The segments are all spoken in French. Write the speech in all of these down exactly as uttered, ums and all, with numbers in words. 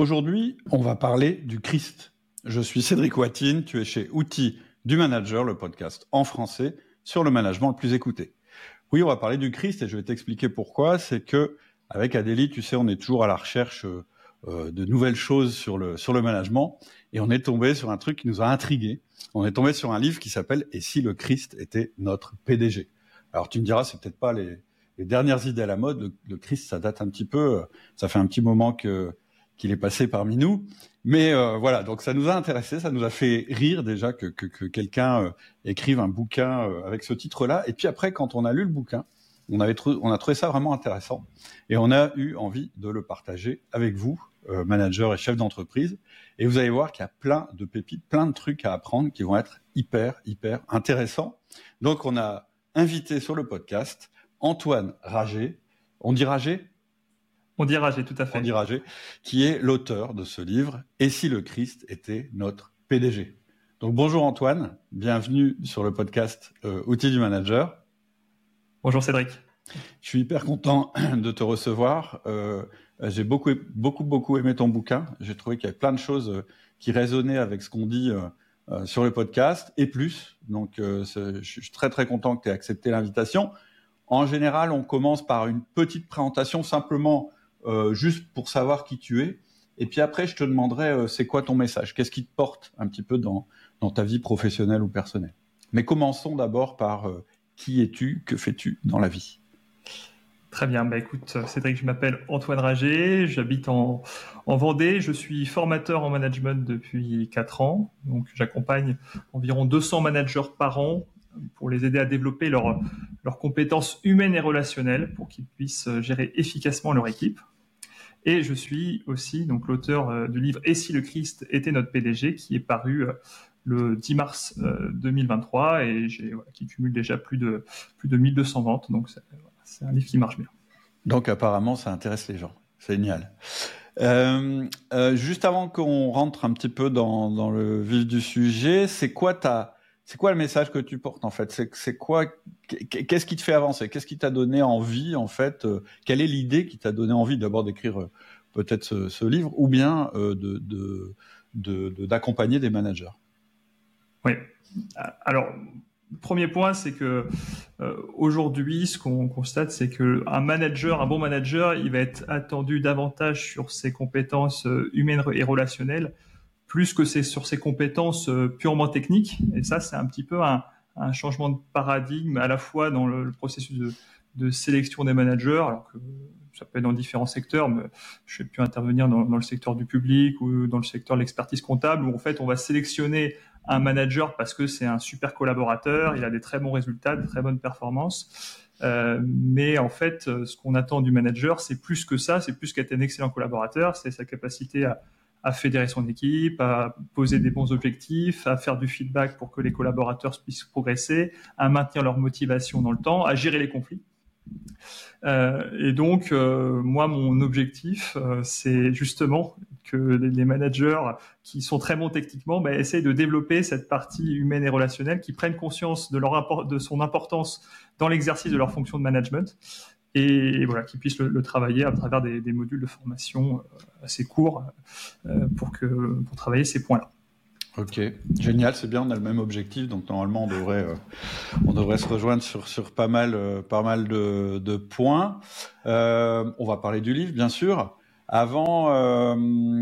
Aujourd'hui, on va parler du Christ. Je suis Cédric Watine, tu es chez Outils du Manager, le podcast en français sur le management le plus écouté. Oui, on va parler du Christ et je vais t'expliquer pourquoi. C'est que avec Adélie, tu sais, on est toujours à la recherche euh, de nouvelles choses sur le sur le management et on est tombé sur un truc qui nous a intrigués. On est tombé sur un livre qui s'appelle « Et si le Christ était notre P D G ?» Alors tu me diras, c'est peut-être pas les, les dernières idées à la mode. Le, le Christ, ça date un petit peu. Ça fait un petit moment que qu'il est passé parmi nous. Mais euh, voilà, donc ça nous a intéressés, ça nous a fait rire déjà que, que, que quelqu'un euh, écrive un bouquin euh, avec ce titre-là. Et puis après, quand on a lu le bouquin, on, avait trou- on a trouvé ça vraiment intéressant. Et on a eu envie de le partager avec vous, euh, managers et chefs d'entreprise. Et vous allez voir qu'il y a plein de pépites, plein de trucs à apprendre qui vont être hyper, hyper intéressants. Donc on a invité sur le podcast Antoine Rager. On dit Rager ? On dit Rager, tout à fait. On dit Rager, qui est l'auteur de ce livre « Et si le Christ était notre P D G ?» Donc bonjour Antoine, bienvenue sur le podcast euh, Outils du Manager. Bonjour Cédric. Je suis hyper content de te recevoir. Euh, j'ai beaucoup, beaucoup, beaucoup aimé ton bouquin. J'ai trouvé qu'il y avait plein de choses qui résonnaient avec ce qu'on dit euh, euh, sur le podcast et plus. Donc euh, je suis très, très content que tu aies accepté l'invitation. En général, on commence par une petite présentation simplement Euh, juste pour savoir qui tu es. Et puis après, je te demanderai, euh, c'est quoi ton message ? Qu'est-ce qui te porte un petit peu dans, dans ta vie professionnelle ou personnelle ? Mais commençons d'abord par euh, qui es-tu ? Que fais-tu dans la vie ? Très bien. Bah, écoute, Cédric, je m'appelle Antoine Rager, j'habite en, en Vendée. Je suis formateur en management depuis quatre ans. Donc, j'accompagne environ deux cents managers par an pour les aider à développer leurs leurs compétences humaines et relationnelles pour qu'ils puissent gérer efficacement leur équipe. Et je suis aussi donc l'auteur du livre « Et si le Christ était notre P D G » qui est paru le dix mars deux mille vingt-trois et j'ai, voilà, qui cumule déjà plus de, plus de mille deux cents ventes. Donc, c'est, c'est un livre qui marche bien. Donc, apparemment, ça intéresse les gens. C'est génial. Euh, euh, juste avant qu'on rentre un petit peu dans, dans le vif du sujet, c'est quoi ta... C'est quoi le message que tu portes en fait ? C'est, c'est quoi ? Qu'est-ce qui te fait avancer ? Qu'est-ce qui t'a donné envie en fait ? euh, Quelle est l'idée qui t'a donné envie d'abord d'écrire euh, peut-être ce, ce livre ou bien euh, de, de, de, de, d'accompagner des managers ? Oui. Alors, le premier point, c'est que euh, aujourd'hui, ce qu'on constate, c'est que un manager, un bon manager, il va être attendu davantage sur ses compétences euh, humaines et relationnelles, plus que c'est sur ses compétences euh, purement techniques. Et ça, c'est un petit peu un, un changement de paradigme à la fois dans le, le processus de, de sélection des managers, alors que ça peut être dans différents secteurs, mais je vais plus intervenir dans, dans le secteur du public ou dans le secteur de l'expertise comptable, où en fait, on va sélectionner un manager parce que c'est un super collaborateur, il a des très bons résultats, de très bonnes performances. Euh, mais en fait, ce qu'on attend du manager, c'est plus que ça, c'est plus qu'être un excellent collaborateur, c'est sa capacité à à fédérer son équipe, à poser des bons objectifs, à faire du feedback pour que les collaborateurs puissent progresser, à maintenir leur motivation dans le temps, à gérer les conflits. Euh, et donc, euh, moi, mon objectif, euh, c'est justement que les managers qui sont très bons techniquement bah, essayent de développer cette partie humaine et relationnelle, qui prennent conscience de, leur import- de son importance dans l'exercice de leur fonction de management, et voilà, qu'ils puissent le, le travailler à travers des, des modules de formation assez courts euh, pour, que, pour travailler ces points-là. Ok, génial, c'est bien, on a le même objectif, donc normalement on devrait, euh, on devrait se rejoindre sur, sur pas mal, euh, pas mal de, de points. Euh, on va parler du livre, bien sûr. Avant, euh,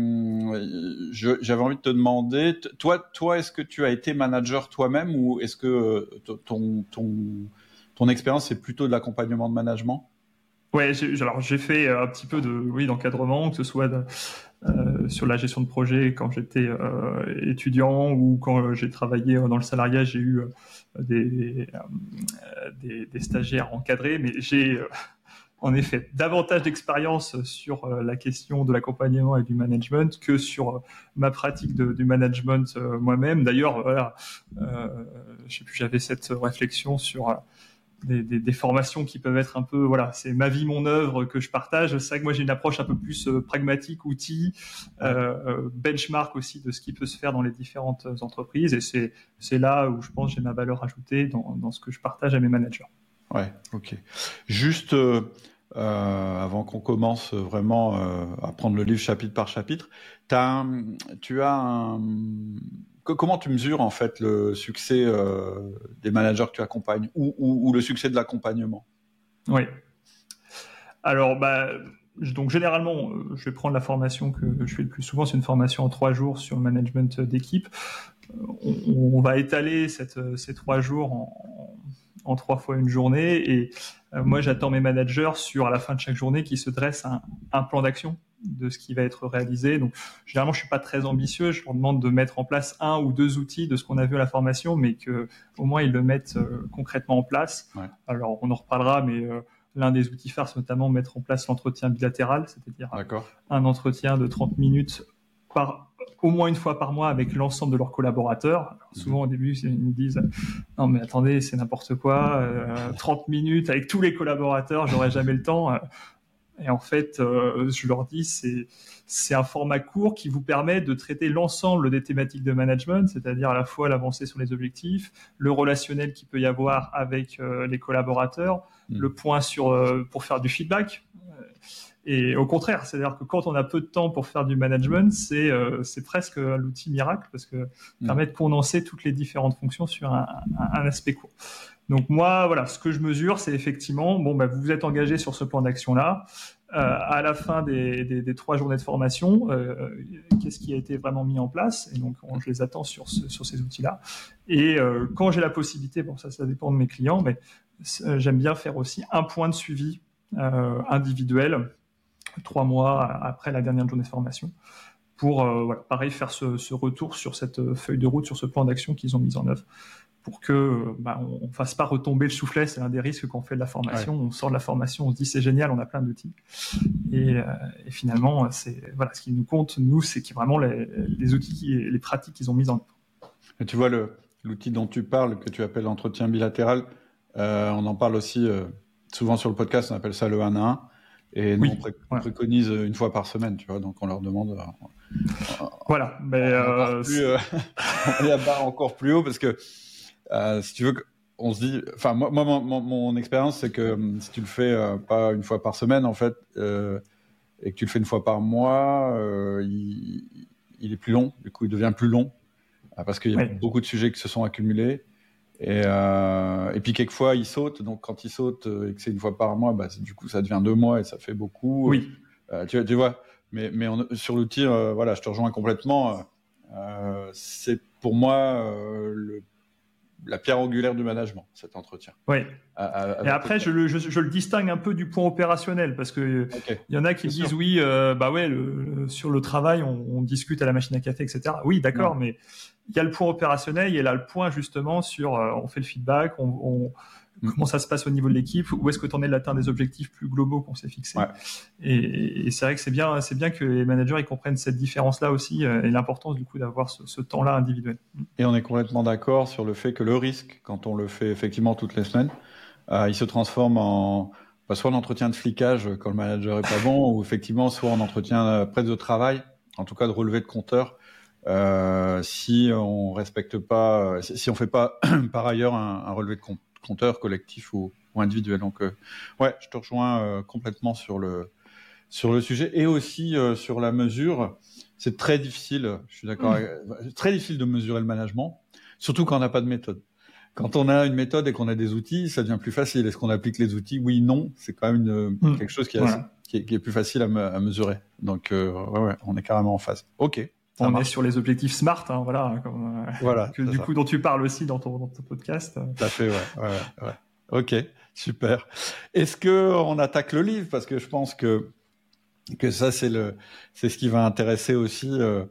je, j'avais envie de te demander, t- toi, toi, est-ce que tu as été manager toi-même ou est-ce que euh, ton, ton, ton expérience c'est plutôt de l'accompagnement de management ? Ouais, j'ai, alors j'ai fait un petit peu de, oui, d'encadrement, que ce soit de, euh, sur la gestion de projet quand j'étais euh, étudiant ou quand j'ai travaillé dans le salariat, j'ai eu euh, des, euh, des, des stagiaires encadrés, mais j'ai euh, en effet davantage d'expérience sur euh, la question de l'accompagnement et du management que sur euh, ma pratique de, du management euh, moi-même. D'ailleurs, voilà, euh, je sais plus, j'avais cette réflexion sur euh, Des, des, des formations qui peuvent être un peu, voilà, c'est ma vie, mon œuvre que je partage. C'est vrai que moi j'ai une approche un peu plus euh, pragmatique, outil, euh, benchmark aussi de ce qui peut se faire dans les différentes entreprises. Et c'est, c'est là où je pense que j'ai ma valeur ajoutée dans, dans ce que je partage à mes managers. Ouais, ok. Juste, euh, euh, avant qu'on commence vraiment euh, à prendre le livre chapitre par chapitre. T'as un, tu as un... Comment tu mesures en fait le succès euh, des managers que tu accompagnes ou, ou, ou le succès de l'accompagnement? Oui. Alors, bah, donc généralement, je vais prendre la formation que je fais le plus souvent, c'est une formation en trois jours sur le management d'équipe. On, on va étaler cette, ces trois jours en, en trois fois une journée, et euh, moi j'attends mes managers sur à la fin de chaque journée qui se dressent un, un plan d'action de ce qui va être réalisé. Donc généralement je suis pas très ambitieux, je leur demande de mettre en place un ou deux outils de ce qu'on a vu à la formation, mais que au moins ils le mettent euh, concrètement en place. Ouais. Alors on en reparlera, mais euh, l'un des outils phares, c'est notamment mettre en place l'entretien bilatéral, c'est-à-dire D'accord. un entretien de trente minutes par au moins une fois par mois avec l'ensemble de leurs collaborateurs. Alors, souvent, au début, ils me disent « Non, mais attendez, c'est n'importe quoi, euh, trente minutes avec tous les collaborateurs, j'aurai jamais le temps. » Et en fait, euh, je leur dis c'est c'est un format court qui vous permet de traiter l'ensemble des thématiques de management, c'est-à-dire à la fois l'avancée sur les objectifs, le relationnel qu'il peut y avoir avec euh, les collaborateurs, mmh. le point sur euh, pour faire du feedback. Et au contraire, c'est-à-dire que quand on a peu de temps pour faire du management, c'est euh, c'est presque l'outil miracle parce que mmh. permet de condenser toutes les différentes fonctions sur un, un, un aspect court. Donc moi, voilà, ce que je mesure, c'est effectivement, bon, bah, vous vous êtes engagé sur ce plan d'action-là. Euh, à la fin des, des, des trois journées de formation, euh, qu'est-ce qui a été vraiment mis en place? Et donc, on, je les attends sur, ce, sur ces outils-là. Et euh, quand j'ai la possibilité, bon, ça, ça dépend de mes clients, mais euh, j'aime bien faire aussi un point de suivi euh, individuel, trois mois après la dernière journée de formation, pour, euh, voilà, pareil, faire ce, ce retour sur cette feuille de route, sur ce plan d'action qu'ils ont mis en œuvre, pour que bah, on ne fasse pas retomber le soufflet. C'est l'un des risques quand on fait de la formation. Ouais. On sort de la formation, on se dit c'est génial, on a plein d'outils. Et, euh, et finalement, c'est, voilà, ce qui nous compte, nous, c'est qu'il y a vraiment les, les outils et les pratiques qu'ils ont mises en œuvre. Et tu vois, le, l'outil dont tu parles, que tu appelles l'entretien bilatéral, euh, on en parle aussi euh, souvent sur le podcast, on appelle ça le un à un. Et nous, oui, on, pré- ouais. on préconise une fois par semaine, tu vois, donc on leur demande... Euh, voilà, mais... Euh, plus, euh, on est à barre encore plus haut parce que Euh, si tu veux, on se dit, enfin moi, moi mon, mon, mon expérience c'est que si tu le fais euh, pas une fois par semaine en fait, euh, et que tu le fais une fois par mois, euh, il, il est plus long. Du coup, il devient plus long euh, parce qu'il y a oui. beaucoup de sujets qui se sont accumulés. Et, euh, et puis quelquefois il saute. Donc quand il saute et que c'est une fois par mois, bah, du coup ça devient deux mois et ça fait beaucoup. Oui. Euh, tu, tu vois. Mais, mais on, sur l'outil, euh, voilà, je te rejoins complètement. Euh, c'est pour moi euh, le la pierre angulaire du management, cet entretien. Oui. À, à, et après, je le, je, je le distingue un peu du point opérationnel parce que okay. il y en a qui me disent sûr. oui, euh, bah ouais, le, le, sur le travail, on, on discute à la machine à café, et cetera. Oui, d'accord, ouais. mais il y a le point opérationnel, il y a là le point justement sur, euh, on fait le feedback, on, on mmh. comment ça se passe au niveau de l'équipe, où est-ce que tu en es de l'atteinte des objectifs plus globaux qu'on s'est fixés. Ouais. Et, et c'est vrai que c'est bien, c'est bien que les managers ils comprennent cette différence-là aussi euh, et l'importance du coup d'avoir ce, ce temps-là individuel. Et on est complètement d'accord sur le fait que le risque, quand on le fait effectivement toutes les semaines, euh, il se transforme en bah, soit en entretien de flicage quand le manager est pas bon, ou effectivement soit en entretien euh, près de travail, en tout cas de relevé de compteur. Euh, si on respecte pas, si on fait pas par ailleurs un, un relevé de compteur collectif ou, ou individuel. Donc, euh, ouais, je te rejoins euh, complètement sur le sur le sujet et aussi euh, sur la mesure. C'est très difficile. Je suis d'accord. Mmh. Avec, très difficile de mesurer le management, surtout quand on n'a pas de méthode. Quand on a une méthode et qu'on a des outils, ça devient plus facile. Est-ce qu'on applique les outils? Oui, non. C'est quand même une, mmh. quelque chose qui est, voilà. assez, qui, est, qui est plus facile à, me, à mesurer. Donc, euh, ouais, ouais, on est carrément en phase. Ok. On marche. Est sur les objectifs SMART, hein, voilà, comme, euh, voilà que, du ça. coup dont tu parles aussi dans ton, dans ton podcast. Tout à fait, ouais, ouais, ouais. Ok, super. Est-ce que on attaque le livre parce que je pense que que ça c'est le c'est ce qui va intéresser aussi. Euh,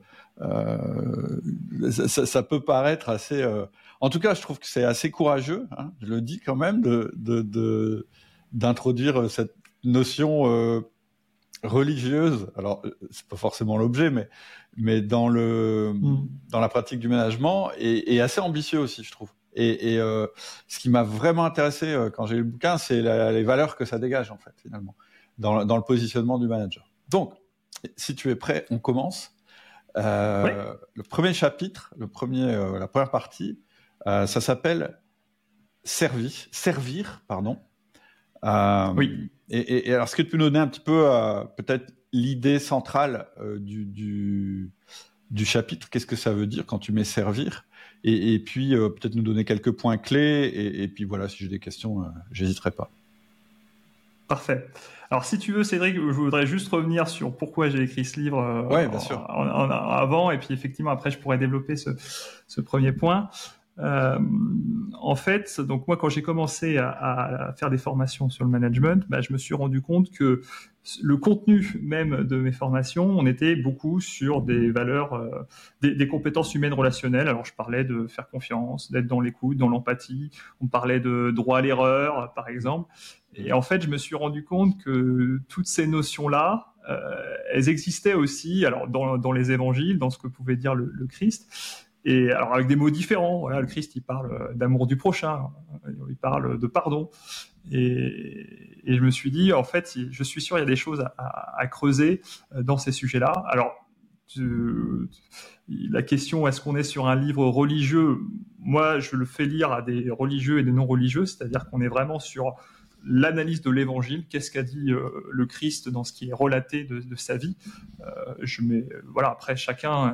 euh, ça, ça peut paraître assez. Euh, en tout cas, je trouve que c'est assez courageux. Hein, je le dis quand même de de, de d'introduire cette notion. Euh, religieuse, alors c'est pas forcément l'objet, mais mais dans le mmh. dans la pratique du management et, et assez ambitieux aussi, je trouve. Et, et euh, ce qui m'a vraiment intéressé euh, quand j'ai lu le bouquin, c'est la, les valeurs que ça dégage en fait finalement dans dans le positionnement du manager. Donc, si tu es prêt, on commence. Euh, oui. Le premier chapitre, le premier, euh, la première partie, euh, ça s'appelle servir, servir, pardon. Euh, oui. Et, et, et alors, est-ce que tu peux nous donner un petit peu euh, peut-être l'idée centrale euh, du, du, du chapitre? Qu'est-ce que ça veut dire quand tu mets servir? Et, et puis euh, peut-être nous donner quelques points clés. Et, et puis voilà, si j'ai des questions, euh, j'hésiterai pas. Parfait. Alors, si tu veux, Cédric, je voudrais juste revenir sur pourquoi j'ai écrit ce livre euh, ouais, bien sûr. En, en, en, avant, et puis effectivement, après, je pourrais développer ce, ce premier point. Euh, en fait, donc moi, quand j'ai commencé à, à faire des formations sur le management, bah, je me suis rendu compte que le contenu même de mes formations, on était beaucoup sur des valeurs, euh, des, des compétences humaines relationnelles. Alors, je parlais de faire confiance, d'être dans l'écoute, dans l'empathie. On parlait de droit à l'erreur, par exemple. Et en fait, je me suis rendu compte que toutes ces notions-là, euh, elles existaient aussi, alors dans, dans les évangiles, dans ce que pouvait dire le, le Christ. Et alors avec des mots différents. Voilà, le Christ, il parle d'amour du prochain, il parle de pardon. Et, et je me suis dit, en fait, je suis sûr, il y a des choses à, à, à creuser dans ces sujets-là. Alors, tu, la question, est-ce qu'on est sur un livre religieux? Moi, je le fais lire à des religieux et des non-religieux, c'est-à-dire qu'on est vraiment sur l'analyse de l'évangile, qu'est-ce qu'a dit euh, le Christ dans ce qui est relaté de, de sa vie. Euh, je mets, voilà, après, chacun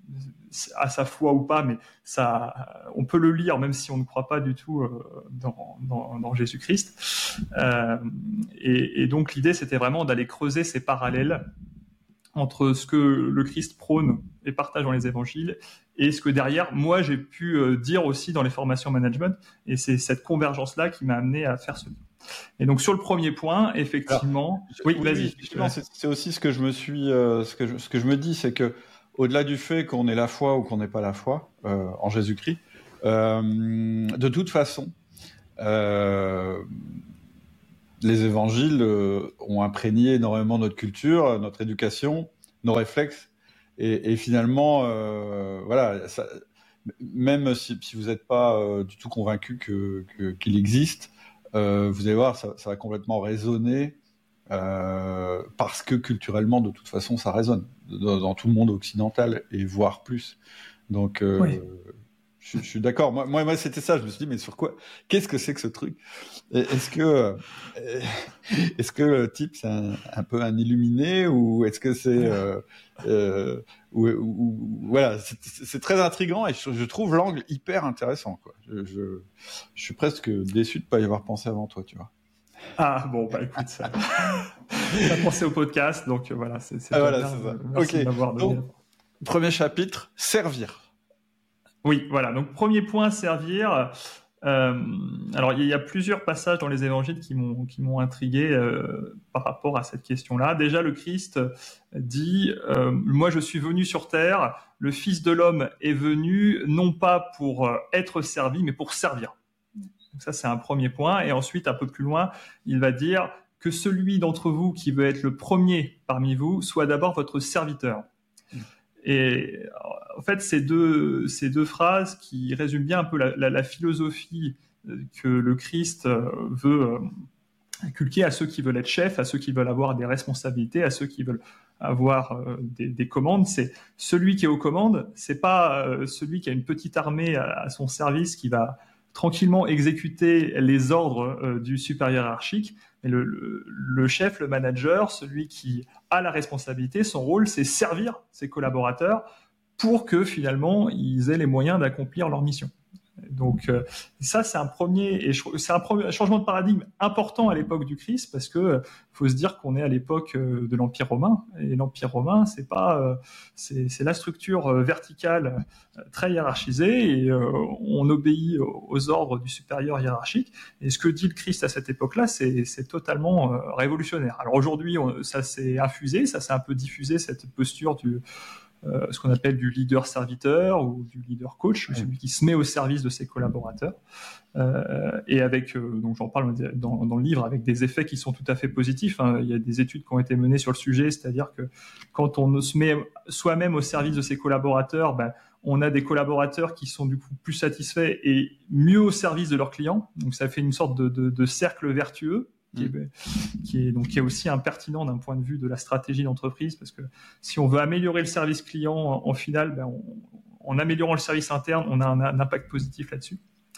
à sa foi ou pas, mais ça, on peut le lire même si on ne croit pas du tout euh, dans, dans, dans Jésus-Christ. Euh, et, et donc l'idée, c'était vraiment d'aller creuser ces parallèles entre ce que le Christ prône et partage dans les évangiles et ce que derrière, moi, j'ai pu euh, dire aussi dans les formations management. Et c'est cette convergence-là qui m'a amené à faire ce livre. Et donc sur le premier point, effectivement, alors, oui, oui, vas-y. Effectivement, c'est, c'est aussi ce que je me suis, euh, ce que je, ce que je me dis, c'est que au-delà du fait qu'on ait la foi ou qu'on n'ait pas la foi euh, en Jésus-Christ, euh, de toute façon, euh, les évangiles euh, ont imprégné énormément notre culture, notre éducation, nos réflexes, et, et finalement, euh, voilà, ça, même si, si vous n'êtes pas euh, du tout convaincu que, que, qu'il existe, euh, vous allez voir, ça, ça va complètement résonner. Euh, parce que culturellement, de toute façon, ça résonne dans, dans tout le monde occidental et voire plus. Donc, euh, oui. je, je suis d'accord. Moi, moi, moi, c'était ça. Je me suis dit, mais sur quoi? Qu'est-ce que c'est que ce truc? Est-ce que, euh, est-ce que le type c'est un, un peu un illuminé ou est-ce que c'est, euh, euh, ou, ou, ou, voilà, c'est, c'est très intriguant et je, je trouve l'angle hyper intéressant, quoi. Je, je, je suis presque déçu de pas y avoir pensé avant toi, tu vois. Ah bon, bah écoute, ça. On a pensé au podcast, donc voilà, c'est, c'est ah, voilà, bien. c'est ça. Merci okay. de m'avoir donné. Donc, premier chapitre, servir. Oui, voilà. Donc premier point, servir. Euh, alors il y a plusieurs passages dans les évangiles qui m'ont qui m'ont intrigué euh, par rapport à cette question-là. Déjà, le Christ dit euh, moi je suis venu sur terre, le Fils de l'homme est venu non pas pour être servi, mais pour servir. Donc ça, c'est un premier point. Et ensuite, un peu plus loin, il va dire que celui d'entre vous qui veut être le premier parmi vous soit d'abord votre serviteur. Et en fait, ces deux, ces deux phrases qui résument bien un peu la, la, la philosophie que le Christ veut inculquer à ceux qui veulent être chefs, à ceux qui veulent avoir des responsabilités, à ceux qui veulent avoir des, des commandes. C'est celui qui est aux commandes, c'est pas celui qui a une petite armée à son service qui va tranquillement exécuter les ordres euh, du supérieur hiérarchique. Mais le, le, le chef, le manager, celui qui a la responsabilité, son rôle, c'est servir ses collaborateurs pour que finalement ils aient les moyens d'accomplir leur mission. Donc euh, ça, c'est un premier, et je, c'est un premier changement de paradigme important à l'époque du Christ, parce que euh, faut se dire qu'on est à l'époque euh, de l'Empire romain, et l'Empire romain, c'est pas, euh, c'est, c'est la structure euh, verticale euh, très hiérarchisée, et euh, on obéit aux, aux ordres du supérieur hiérarchique. Et ce que dit le Christ à cette époque-là, c'est, c'est totalement euh, révolutionnaire. Alors aujourd'hui, on, ça s'est infusé, ça s'est un peu diffusé, cette posture du Euh, ce qu'on appelle du leader serviteur ou du leader coach, celui qui se met au service de ses collaborateurs. Euh, et avec, euh, donc j'en parle dans, dans le livre, avec des effets qui sont tout à fait positifs. Hein. Il y a des études qui ont été menées sur le sujet, c'est-à-dire que quand on se met soi-même au service de ses collaborateurs, ben, on a des collaborateurs qui sont du coup plus satisfaits et mieux au service de leurs clients. Donc ça fait une sorte de, de, de cercle vertueux. Qui est, qui, est, donc, qui est aussi impertinent d'un point de vue de la stratégie d'entreprise, parce que si on veut améliorer le service client, en, en final, ben on, en améliorant le service interne, on a un, un impact positif là-dessus.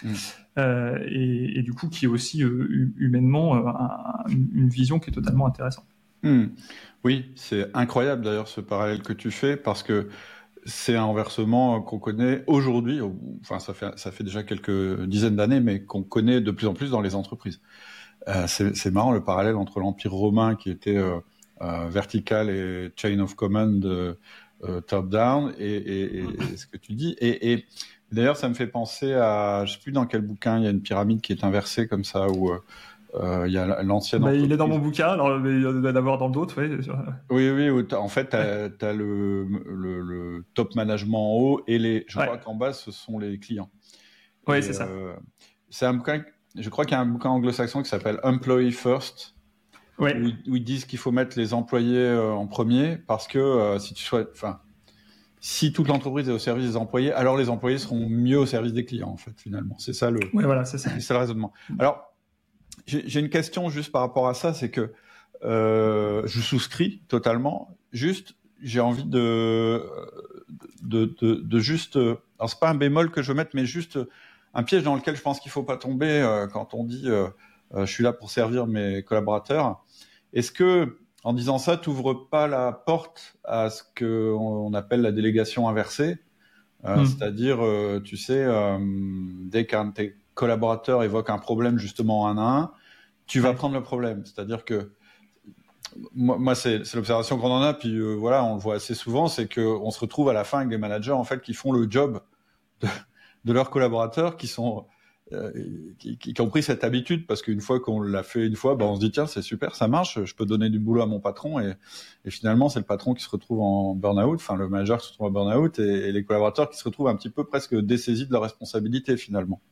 Mmh. Euh, et, et du coup qui est aussi euh, humainement euh, un, une vision qui est totalement intéressante. Mmh. Oui, c'est incroyable d'ailleurs ce parallèle que tu fais, parce que c'est un renversement qu'on connaît aujourd'hui, enfin ça fait, ça fait déjà quelques dizaines d'années, mais qu'on connaît de plus en plus dans les entreprises. Euh, c'est, c'est marrant le parallèle entre l'Empire romain qui était euh, euh, vertical et chain of command euh, euh, top-down et, et, et, et ce que tu dis. Et, et d'ailleurs, ça me fait penser à, je sais plus dans quel bouquin, il y a une pyramide qui est inversée comme ça, où euh, il y a l'ancienne bah, entreprise. Il est dans mon bouquin, alors mais il doit y en avoir dans d'autres. Ouais. Oui, oui, où en fait, tu as, ouais. t'as le, le, le top management en haut et les, je ouais. crois qu'en bas, ce sont les clients. Oui, c'est euh, ça. C'est un bouquin, je crois qu'il y a un bouquin anglo-saxon qui s'appelle Employee First, ouais. où, où ils disent qu'il faut mettre les employés euh, en premier, parce que euh, si tu souhaites, enfin, si toute l'entreprise est au service des employés, alors les employés seront mieux au service des clients, en fait, finalement. C'est ça le, ouais, voilà, c'est ça. C'est ça le raisonnement. Alors, j'ai, j'ai une question juste par rapport à ça, c'est que euh, je souscris totalement. Juste, j'ai envie de, de, de, de juste, alors c'est pas un bémol que je veux mettre, mais juste un piège dans lequel je pense qu'il faut pas tomber euh, quand on dit euh, euh, je suis là pour servir mes collaborateurs. Est-ce que, en disant ça, tu n'ouvres pas la porte à ce qu'on appelle la délégation inversée, euh, mmh. c'est-à-dire, euh, tu sais, euh, dès qu'un de tes collaborateurs évoque un problème justement un à un, tu vas ouais. prendre le problème. C'est-à-dire que moi, moi c'est, c'est l'observation qu'on en a, puis euh, voilà, on le voit assez souvent, c'est qu'on se retrouve à la fin avec des managers en fait qui font le job de, de leurs collaborateurs, qui sont euh, qui, qui ont pris cette habitude, parce qu'une fois qu'on l'a fait une fois, bah, on se dit tiens, c'est super, ça marche, je peux donner du boulot à mon patron, et, et finalement c'est le patron qui se retrouve en burn-out, enfin le manager qui se retrouve en burn-out, et, et les collaborateurs qui se retrouvent un petit peu presque dessaisis de leur responsabilité finalement.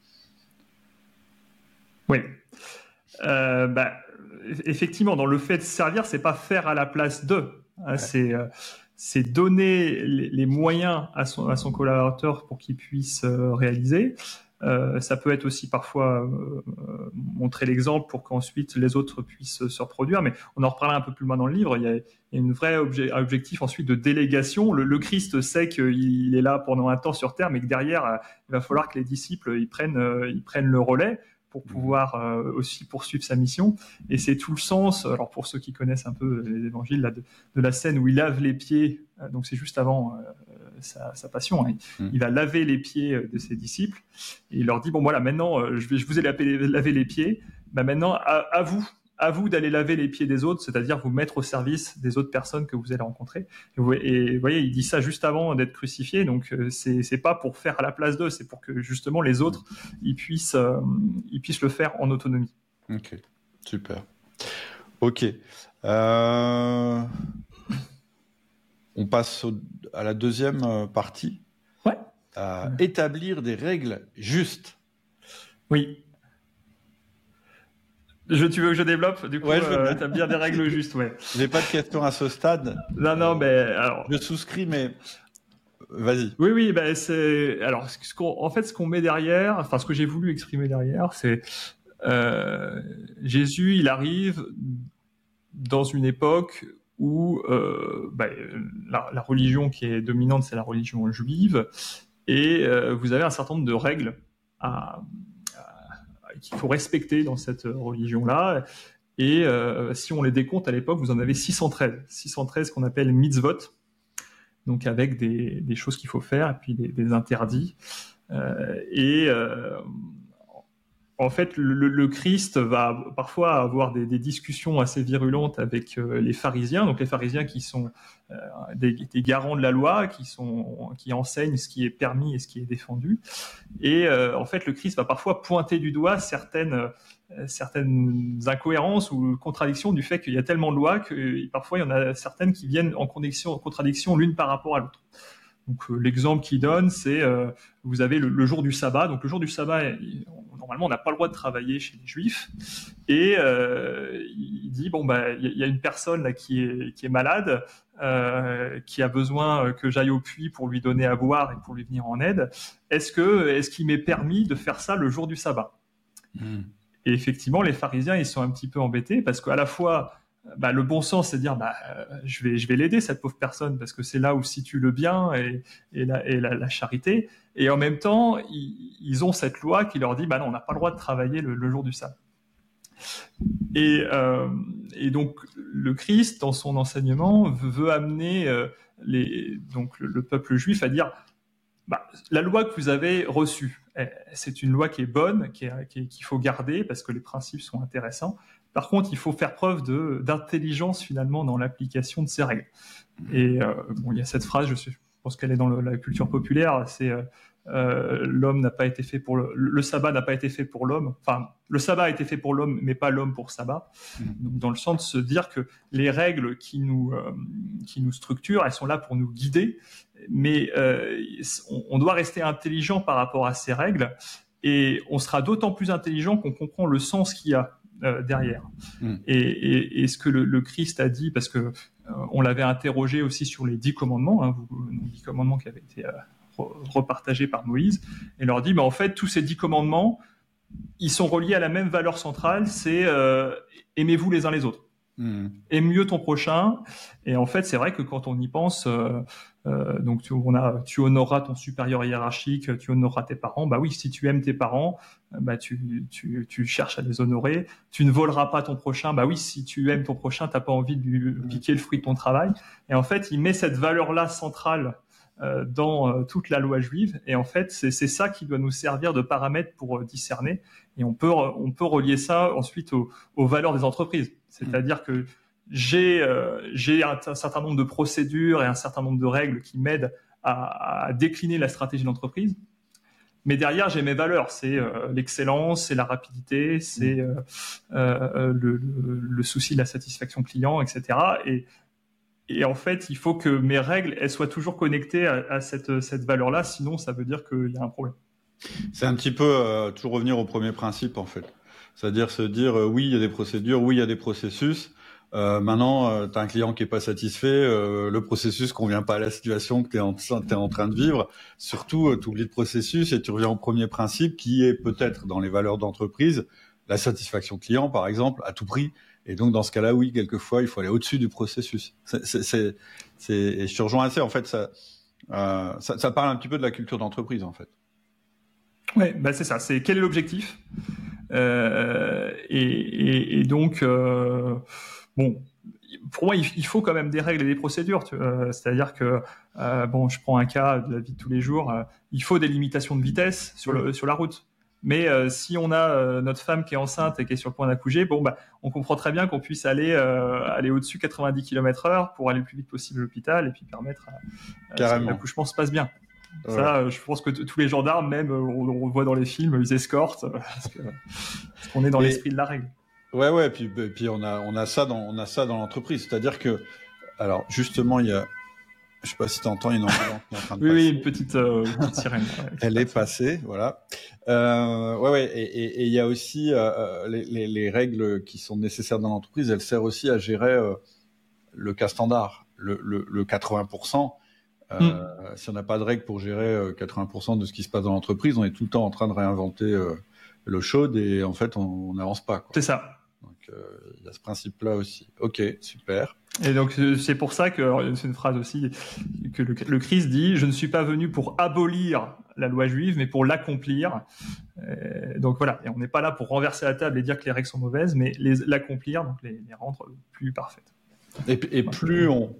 Oui. Euh, bah, effectivement, dans le fait de servir, c'est pas faire à la place d'eux, hein, ouais. c'est euh, c'est donner les, les moyens à son à son collaborateur pour qu'il puisse euh, réaliser. Euh, ça peut être aussi parfois euh, montrer l'exemple pour qu'ensuite les autres puissent se reproduire, mais on en reparlera un peu plus loin dans le livre. Il y a, il y a une vraie obje- un objectif ensuite de délégation. Le, le Christ sait qu'il est là pendant un temps sur terre, mais que derrière, euh, il va falloir que les disciples ils prennent euh, ils prennent le relais pour pouvoir euh, aussi poursuivre sa mission. Et c'est tout le sens, alors pour ceux qui connaissent un peu les évangiles, là, de, de la scène où il lave les pieds, euh, donc c'est juste avant euh, sa, sa passion, hein. mmh. Il va laver les pieds de ses disciples, et il leur dit, bon voilà, maintenant, euh, je, vais, je vous ai lavé, lavé les pieds, bah, maintenant, à, à vous, à vous d'aller laver les pieds des autres, c'est-à-dire vous mettre au service des autres personnes que vous allez rencontrer. Et vous, et vous voyez, il dit ça juste avant d'être crucifié, donc euh, c'est, c'est pas pour faire à la place d'eux, c'est pour que justement les autres ils puissent, euh, ils puissent le faire en autonomie. Ok, super. Ok. Euh... On passe au, à la deuxième partie. Ouais. À ouais. Établir des règles justes. Oui. Je, tu veux que je développe? Du coup, ouais, euh, tu as bien des règles justes, ouais. J'ai pas de questions à ce stade. Non, non, mais alors. Je souscris, mais vas-y. Oui, oui, ben c'est. Alors, ce qu'on, en fait, ce qu'on met derrière, enfin, ce que j'ai voulu exprimer derrière, c'est euh, Jésus, il arrive dans une époque où euh, bah, la, la religion qui est dominante, c'est la religion juive, et euh, vous avez un certain nombre de règles à qu'il faut respecter dans cette religion-là. Et euh, si on les décompte à l'époque, vous en avez six cent treize. six cent treize qu'on appelle mitzvot, donc avec des, des choses qu'il faut faire et puis des, des interdits. Euh, et euh, en fait, le, le Christ va parfois avoir des, des discussions assez virulentes avec euh, les pharisiens. Donc les pharisiens qui sont euh, des, des garants de la loi, qui, sont, qui enseignent ce qui est permis et ce qui est défendu. Et euh, en fait, le Christ va parfois pointer du doigt certaines, euh, certaines incohérences ou contradictions du fait qu'il y a tellement de lois que parfois il y en a certaines qui viennent en contradiction, en contradiction l'une par rapport à l'autre. Donc euh, l'exemple qu'il donne, c'est euh, vous avez le, le jour du sabbat. Donc le jour du sabbat, il, normalement, on n'a pas le droit de travailler chez les Juifs. Et euh, il dit bon bah il y, y a une personne là qui est qui est malade, euh, qui a besoin que j'aille au puits pour lui donner à boire et pour lui venir en aide. Est-ce que est-ce qu'il m'est permis de faire ça le jour du sabbat? mmh. Et effectivement, les pharisiens ils sont un petit peu embêtés parce qu'à la fois bah, le bon sens, c'est de dire, bah, euh, je vais, je vais l'aider, cette pauvre personne, parce que c'est là où se situe le bien et, et, la, et la, la charité. Et en même temps, ils, ils ont cette loi qui leur dit, bah non, on n'a pas le droit de travailler le, le jour du sabbat. Et, euh, et donc, le Christ, dans son enseignement, veut, veut amener euh, les, donc le, le peuple juif à dire, bah, la loi que vous avez reçue, c'est une loi qui est bonne, qui est, qui est, qu'il faut garder parce que les principes sont intéressants. Par contre, il faut faire preuve de, d'intelligence finalement dans l'application de ces règles. Et euh, bon, il y a cette phrase, je, suis, je pense qu'elle est dans le, la culture populaire, c'est euh, euh, l'homme n'a pas été fait pour le, le sabbat n'a pas été fait pour l'homme. Enfin, le sabbat a été fait pour l'homme, mais pas l'homme pour sabbat. Donc, dans le sens de se dire que les règles qui nous euh, qui nous structurent, elles sont là pour nous guider, mais euh, on, on doit rester intelligent par rapport à ces règles, et on sera d'autant plus intelligent qu'on comprend le sens qu'il y a euh, derrière. Mm. Et, et, et ce que le, le Christ a dit, parce que euh, on l'avait interrogé aussi sur les dix commandements, hein, les dix commandements qui avaient été euh, repartagés par Moïse, et leur dit, bah, en fait, tous ces dix commandements, ils sont reliés à la même valeur centrale, c'est euh, aimez-vous les uns les autres. Mmh. Aime mieux ton prochain. Et en fait, c'est vrai que quand on y pense, euh, euh, donc tu, on a, tu honoreras ton supérieur hiérarchique, tu honoreras tes parents. Bah oui, si tu aimes tes parents, bah tu, tu, tu cherches à les honorer. Tu ne voleras pas ton prochain. Bah oui, si tu aimes ton prochain, t'as pas envie de lui piquer le fruit de ton travail. Et en fait, il met cette valeur-là centrale euh, dans euh, toute la loi juive. Et en fait, c'est, c'est ça qui doit nous servir de paramètre pour euh, discerner. Et on peut, on peut relier ça ensuite aux, aux valeurs des entreprises. C'est-à-dire que j'ai, euh, j'ai un, un certain nombre de procédures et un certain nombre de règles qui m'aident à, à décliner la stratégie de l'entreprise. Mais derrière, j'ai mes valeurs. C'est euh, l'excellence, c'est la rapidité, c'est euh, euh, le, le, le souci de la satisfaction client, et cetera. Et, et en fait, il faut que mes règles, elles soient toujours connectées à, à cette, cette valeur-là. Sinon, ça veut dire qu'il y a un problème. C'est un petit peu euh, toujours revenir au premier principe, en fait. C'est-à-dire se dire, euh, oui, il y a des procédures, oui, il y a des processus. Euh, maintenant, euh, tu as un client qui est pas satisfait, euh, le processus convient pas à la situation que tu es en, t'es en train de vivre. Surtout, euh, tu oublies le processus et tu reviens au premier principe qui est peut-être dans les valeurs d'entreprise, la satisfaction client, par exemple, à tout prix. Et donc, dans ce cas-là, oui, quelquefois, il faut aller au-dessus du processus. C'est, c'est, c'est, c'est... Et je te rejoins assez, en fait, ça, euh, ça, ça parle un petit peu de la culture d'entreprise, en fait. Ouais, bah c'est ça. C'est quel est l'objectif euh, et, et, et donc, euh, bon, pour moi, il, il faut quand même des règles et des procédures. Tu vois, c'est-à-dire que, euh, bon, je prends un cas de la vie de tous les jours. Euh, il faut des limitations de vitesse sur le sur la route. Mais euh, si on a euh, notre femme qui est enceinte et qui est sur le point d'accoucher, bon, bah, on comprend très bien qu'on puisse aller euh, aller au-dessus quatre-vingt-dix kilomètres heure pour aller le plus vite possible à l'hôpital et puis permettre à, à ce que l'accouchement se passe bien. Ouais. Ça, je pense que t- tous les gendarmes, même, on, on le voit dans les films, ils escortent parce, que, parce qu'on est dans et, l'esprit de la règle. Ouais, ouais. Puis, puis on a, on a ça dans, on a ça dans l'entreprise. C'est-à-dire que, alors, justement, il y a, je sais pas si t'entends, il y a une ambulance qui est en train de oui, passer. Oui, une petite, euh, une petite sirène. Ouais, Elle est passée, voilà. Euh, ouais, ouais. Et il y a aussi euh, les, les, les règles qui sont nécessaires dans l'entreprise. Elles servent aussi à gérer euh, le cas standard, le, le, le quatre-vingts pour cent. Euh, mm. Si on n'a pas de règles pour gérer euh, quatre-vingts pour cent de ce qui se passe dans l'entreprise, on est tout le temps en train de réinventer euh, l'eau chaude et en fait, on n'avance pas, quoi. C'est ça. Donc, il euh, y a ce principe-là aussi. Ok, super. Et donc, c'est pour ça que c'est une phrase aussi que le, le Christ dit « Je ne suis pas venu pour abolir la loi juive, mais pour l'accomplir. » Donc voilà, et on n'est pas là pour renverser la table et dire que les règles sont mauvaises, mais les, l'accomplir, donc les, les rendre plus parfaites. Et, et plus on...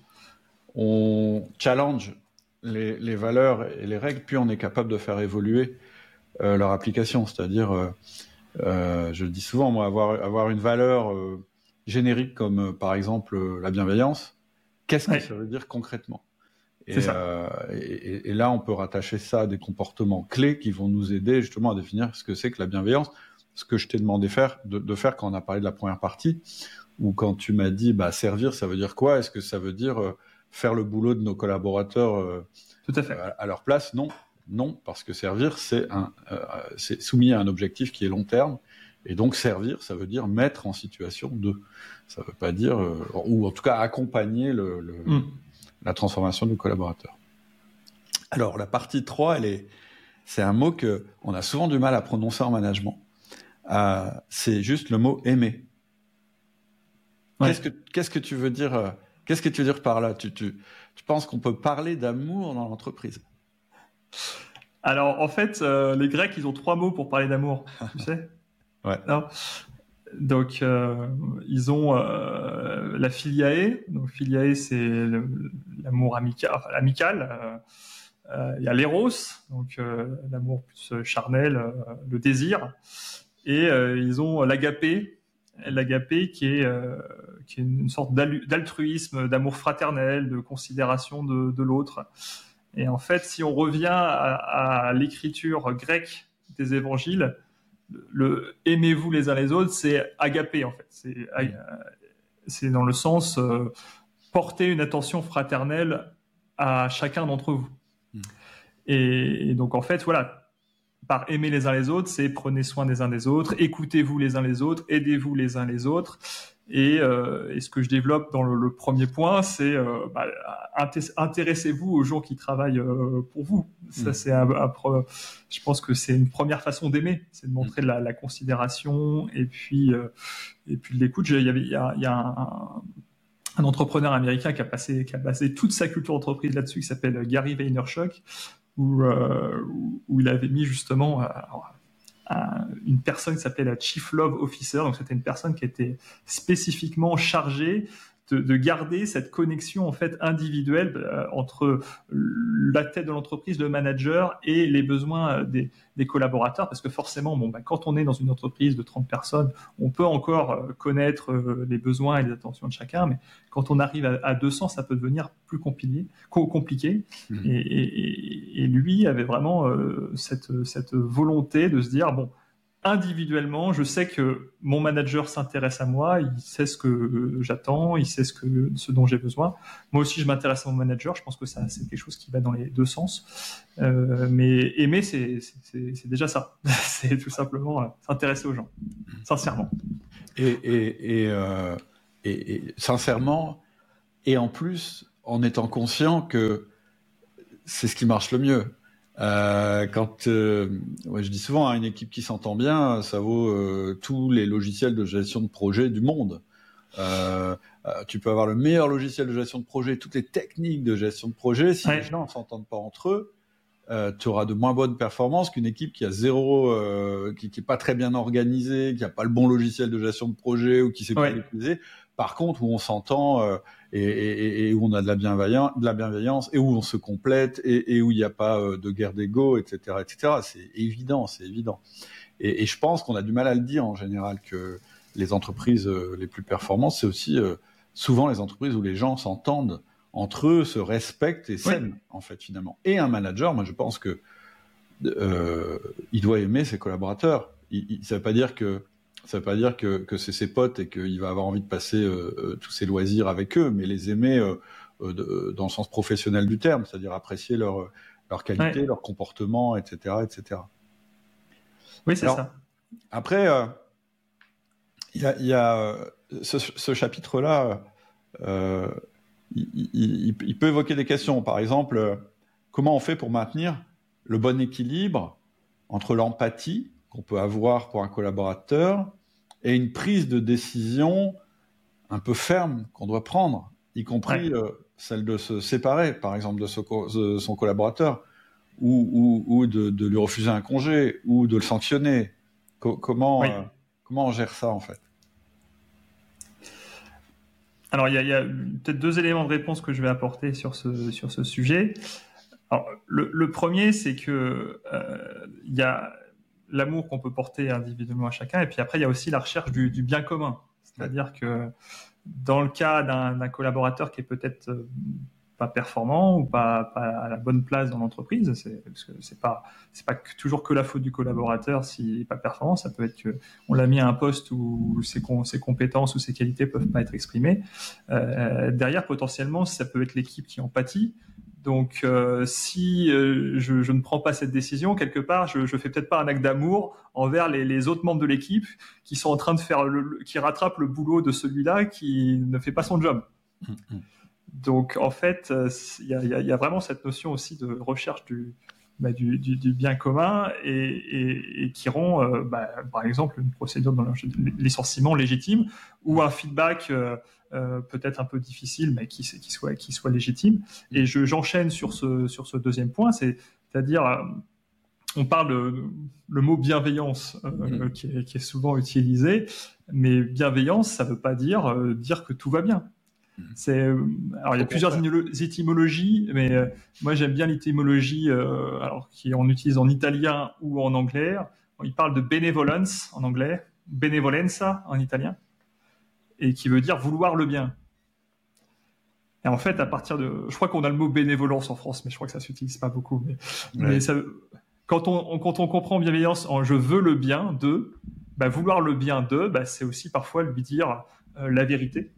on challenge les, les valeurs et les règles, puis on est capable de faire évoluer euh, leur application. C'est-à-dire, euh, euh, je le dis souvent, moi, avoir, avoir une valeur euh, générique comme, euh, par exemple, euh, la bienveillance, qu'est-ce que ouais. ça veut dire concrètement ? Et, C'est ça. Euh, et, et là, on peut rattacher ça à des comportements clés qui vont nous aider justement à définir ce que c'est que la bienveillance. Ce que je t'ai demandé faire, de, de faire quand on a parlé de la première partie, ou quand tu m'as dit, bah, servir, ça veut dire quoi ? Est-ce que ça veut dire... Euh, faire le boulot de nos collaborateurs euh, Tout à fait. à, à leur place, non, non, parce que servir, c'est, un, euh, c'est soumis à un objectif qui est long terme, et donc servir, ça veut dire mettre en situation de, ça veut pas dire, euh, ou en tout cas accompagner le, le, mm. la transformation du collaborateur. Alors la partie trois, elle est, c'est un mot que on a souvent du mal à prononcer en management. Euh, c'est juste le mot aimer. Ouais. Qu'est-ce que qu'est-ce que tu veux dire euh, Qu'est-ce que tu veux dire par là tu, tu, tu penses qu'on peut parler d'amour dans l'entreprise? Alors, en fait, euh, les Grecs, ils ont trois mots pour parler d'amour, tu sais. Ouais. Non. Donc, euh, ils ont euh, la filiae. Donc, filiae, c'est le, l'amour amical. Enfin, amical. Euh, euh, il y a l'éros, donc euh, l'amour plus charnel, euh, le désir. Et euh, ils ont l'agapé, l'agapé qui est euh, qui est une sorte d'altruisme, d'amour fraternel, de considération de, de l'autre. Et en fait, si on revient à, à l'écriture grecque des évangiles, le aimez-vous les uns les autres, c'est agapé en fait. C'est, mmh. c'est dans le sens euh, porter une attention fraternelle à chacun d'entre vous. Mmh. Et, et donc en fait, voilà. Par aimer les uns les autres, c'est prenez soin des uns des autres, écoutez-vous les uns les autres, aidez-vous les uns les autres. Et, euh, et ce que je développe dans le, le premier point, c'est euh, bah, intéressez-vous aux gens qui travaillent euh, pour vous. Ça, mmh. c'est un, un, je pense que c'est une première façon d'aimer, c'est de montrer mmh. la, la considération et puis euh, et puis de l'écoute. Il y avait, il y a, il y a un, un entrepreneur américain qui a passé qui a basé toute sa culture d'entreprise là-dessus, qui s'appelle Gary Vaynerchuk. Où, euh, où il avait mis justement euh, un, une personne qui s'appelait la Chief Love Officer, donc c'était une personne qui était spécifiquement chargée de, de garder cette connexion en fait individuelle euh, entre la tête de l'entreprise, le manager et les besoins des, des collaborateurs, parce que forcément, bon, bah, quand on est dans une entreprise de trente personnes, on peut encore euh, connaître euh, les besoins et les attentions de chacun, mais quand on arrive à, à deux cents, ça peut devenir plus compliqué. compliqué. Mmh. Et, et, et lui avait vraiment euh, cette, cette volonté de se dire, bon, individuellement, je sais que mon manager s'intéresse à moi, il sait ce que j'attends, il sait ce, que, ce dont j'ai besoin. Moi aussi, je m'intéresse à mon manager, je pense que ça, c'est quelque chose qui va dans les deux sens. Euh, mais aimer, c'est, c'est, c'est déjà ça. C'est tout simplement euh, s'intéresser aux gens, sincèrement. Et, et, et, euh, et, et sincèrement, et en plus, en étant conscient que c'est ce qui marche le mieux. Euh, quand euh, ouais, je dis souvent, hein, une équipe qui s'entend bien, ça vaut euh, tous les logiciels de gestion de projet du monde. Euh, euh, tu peux avoir le meilleur logiciel de gestion de projet, toutes les techniques de gestion de projet, si ouais. les gens ne s'entendent pas entre eux, euh, tu auras de moins bonnes performances qu'une équipe qui a zéro, euh, qui, qui est pas très bien organisée, qui a pas le bon logiciel de gestion de projet ou qui sait pas l'utiliser. Par contre, où on s'entend euh, et, et, et où on a de la bienveillance, de la bienveillance et où on se complète et, et où il n'y a pas euh, de guerre d'ego, et cetera, et cetera. C'est évident, c'est évident. Et, et je pense qu'on a du mal à le dire en général que les entreprises euh, les plus performantes, c'est aussi euh, souvent les entreprises où les gens s'entendent entre eux, se respectent et s'aiment, oui. en fait, finalement. Et un manager, moi, je pense que euh, il doit aimer ses collaborateurs. Il, il, ça veut pas dire que ça veut pas dire que, que c'est ses potes et qu'il va avoir envie de passer euh, tous ses loisirs avec eux, mais les aimer euh, euh, de, dans le sens professionnel du terme, c'est-à-dire apprécier leur leur qualité, ouais. leur comportement, et cetera, et cetera. Oui, c'est Alors, ça. Après, il euh, y a, y a ce, ce chapitre-là. Euh, Il, il, il peut évoquer des questions. Par exemple, euh, comment on fait pour maintenir le bon équilibre entre l'empathie qu'on peut avoir pour un collaborateur et une prise de décision un peu ferme qu'on doit prendre, y compris ouais. euh, celle de se séparer, par exemple, de, ce, de son collaborateur, ou, ou, ou de, de lui refuser un congé, ou de le sanctionner. Co- comment, oui. euh, comment on gère ça, en fait ? Alors, il y a, il y a peut-être deux éléments de réponse que je vais apporter sur ce, sur ce sujet. Alors, le, le premier, c'est que euh, il y a l'amour qu'on peut porter individuellement à chacun, et puis après, il y a aussi la recherche du, du bien commun. C'est-à-dire que dans le cas d'un, d'un collaborateur qui est peut-être euh, pas performant ou pas, pas à la bonne place dans l'entreprise, c'est, parce que c'est pas, c'est pas que, toujours que la faute du collaborateur s'il n'est pas performant, ça peut être que on l'a mis à un poste où ses, ses compétences ou ses qualités peuvent pas être exprimées. Euh, derrière, potentiellement, ça peut être l'équipe qui en pâtit. Donc, euh, si euh, je, je ne prends pas cette décision, quelque part, je, je fais peut-être pas un acte d'amour envers les, les autres membres de l'équipe qui sont en train de faire, le, qui rattrapent le boulot de celui-là qui ne fait pas son job. Mmh. Donc, en fait, il y a, y a, y a vraiment cette notion aussi de recherche du, bah, du, du, du bien commun et, et, et qui rend, euh, bah, par exemple, une procédure de licenciement légitime ou un feedback euh, euh, peut-être un peu difficile, mais qui, qui, soit, qui soit légitime. Et je, j'enchaîne sur ce, sur ce deuxième point, c'est, c'est-à-dire, euh, on parle de le mot bienveillance euh, mmh. qui, est, qui est souvent utilisé, mais bienveillance, ça ne veut pas dire euh, dire que tout va bien. C'est, alors il y a plusieurs étymologies, mais euh, moi j'aime bien l'étymologie euh, alors qui on utilise en italien ou en anglais. Il parle de benevolence en anglais, benevolenza en italien, et qui veut dire vouloir le bien. Et en fait, à partir de, je crois qu'on a le mot bénévolence en France, mais je crois que ça s'utilise pas beaucoup. Mais, ouais. mais ça, quand on quand on comprend bienveillance en je veux le bien de, bah, vouloir le bien de, bah, c'est aussi parfois lui dire euh, la vérité.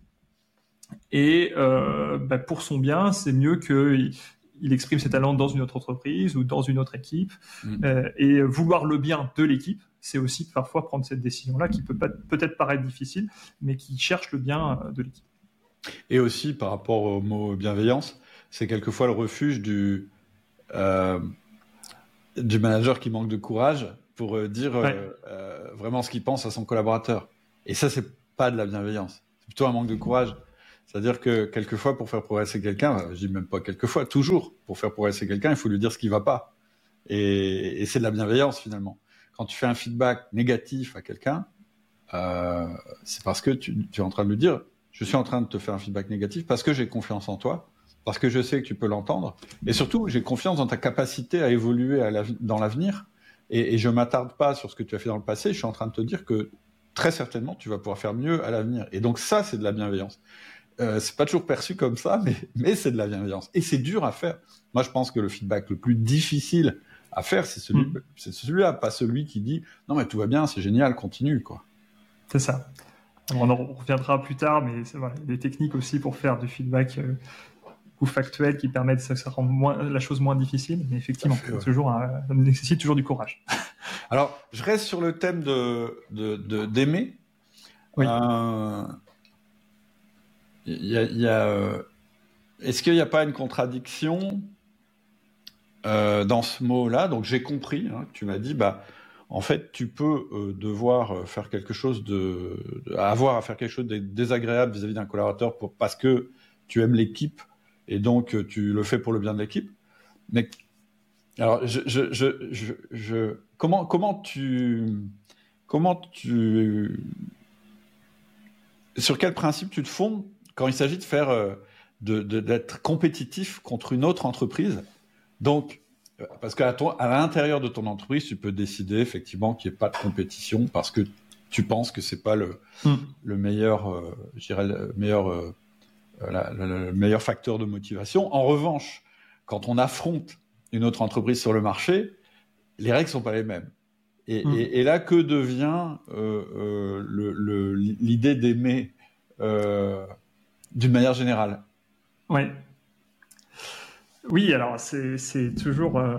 Et euh, bah pour son bien, c'est mieux qu'il il exprime ses talents dans une autre entreprise ou dans une autre équipe. Mmh. Euh, et vouloir le bien de l'équipe, c'est aussi parfois prendre cette décision-là qui peut pas, peut-être paraître difficile, mais qui cherche le bien de l'équipe. Et aussi, par rapport au mot bienveillance, c'est quelquefois le refuge du, euh, du manager qui manque de courage pour dire ouais. euh, euh, vraiment ce qu'il pense à son collaborateur. Et ça, c'est pas de la bienveillance. C'est plutôt un manque de courage. C'est-à-dire que quelquefois, pour faire progresser quelqu'un, je dis même pas quelquefois, toujours, pour faire progresser quelqu'un, il faut lui dire ce qui va pas. Et, et c'est de la bienveillance, finalement. Quand tu fais un feedback négatif à quelqu'un, euh, c'est parce que tu, tu es en train de lui dire, je suis en train de te faire un feedback négatif parce que j'ai confiance en toi, parce que je sais que tu peux l'entendre, et surtout, j'ai confiance dans ta capacité à évoluer à la, dans l'avenir, et, et je m'attarde pas sur ce que tu as fait dans le passé, je suis en train de te dire que très certainement, tu vas pouvoir faire mieux à l'avenir. Et donc ça, c'est de la bienveillance. Euh, c'est pas toujours perçu comme ça, mais, mais c'est de la bienveillance. Et c'est dur à faire. Moi, je pense que le feedback le plus difficile à faire, c'est celui, mmh. c'est celui-là, pas celui qui dit « Non, mais tout va bien, c'est génial, continue. » quoi. C'est ça. On en reviendra plus tard, mais c'est, voilà, des techniques aussi pour faire du feedback euh, ou factuel qui permettent, ça, ça rend moins, la chose moins difficile. Mais effectivement, fait, ouais. toujours un, ça nécessite toujours du courage. Alors, je reste sur le thème de, de, de, d'aimer. Oui. Euh, y a, y a, euh, est-ce qu'il n'y a pas une contradiction euh, dans ce mot-là? Donc, j'ai compris, hein, que tu m'as dit, bah, en fait, tu peux euh, devoir faire quelque chose de, de, avoir à faire quelque chose de désagréable vis-à-vis d'un collaborateur pour, parce que tu aimes l'équipe et donc tu le fais pour le bien de l'équipe. Mais alors, je, je, je, je, je comment, comment tu, comment tu, sur quel principe tu te fondes quand il s'agit de faire, de, de, d'être compétitif contre une autre entreprise? Donc, parce qu'à ton, à l'intérieur de ton entreprise, tu peux décider effectivement qu'il n'y ait pas de compétition parce que tu penses que c'est pas le, mm. le meilleur, euh, je dirais le meilleur, euh, la, le, le meilleur facteur de motivation. En revanche, quand on affronte une autre entreprise sur le marché, les règles sont pas les mêmes. Et, mm. et, et là, que devient euh, euh, le, le, l'idée d'aimer euh, d'une manière générale? Ouais. Oui, alors c'est, c'est toujours euh,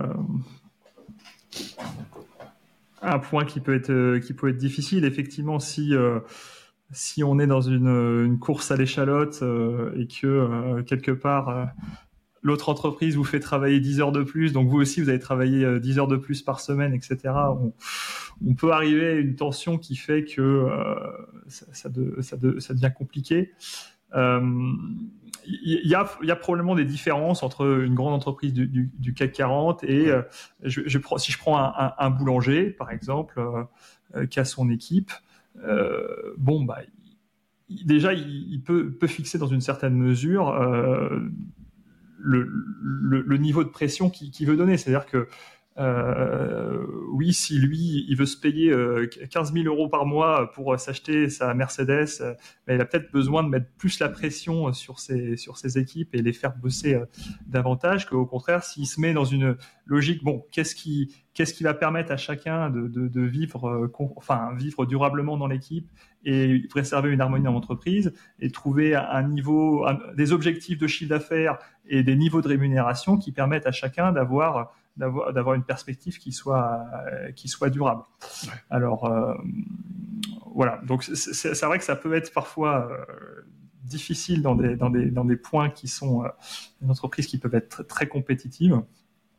un point qui peut être euh, qui peut être difficile. Effectivement, si euh, si on est dans une, une course à l'échalote euh, et que euh, quelque part euh, l'autre entreprise vous fait travailler dix heures de plus, donc vous aussi vous allez travailler euh, dix heures de plus par semaine, et cetera. On, on peut arriver à une tension qui fait que euh, ça, ça, de, ça, de, ça devient compliqué. Euh, Il y, a, il y a probablement des différences entre une grande entreprise du, du, du C A C quarante et euh, je, je prends, si je prends un, un, un boulanger, par exemple, euh, qui a son équipe, euh, bon, bah, il, déjà, il, il peut, peut fixer dans une certaine mesure euh, le, le, le niveau de pression qu'il, qu'il veut donner. C'est-à-dire que Euh, oui, si lui, il veut se payer euh, quinze mille euros par mois pour euh, s'acheter sa Mercedes, euh, il a peut-être besoin de mettre plus la pression sur ses, sur ses équipes et les faire bosser euh, davantage qu'au contraire, s'il se met dans une logique, bon, qu'est-ce qui, qu'est-ce qui va permettre à chacun de, de, de vivre, euh, con, enfin, vivre durablement dans l'équipe et préserver une harmonie dans l'entreprise et trouver un niveau, un, des objectifs de chiffre d'affaires et des niveaux de rémunération qui permettent à chacun d'avoir D'avoir, d'avoir une perspective qui soit, euh, qui soit durable. Ouais. Alors, euh, voilà. Donc, c'est, c'est, c'est vrai que ça peut être parfois euh, difficile dans des, dans, des, dans des points qui sont euh, des entreprises qui peuvent être très, très compétitives.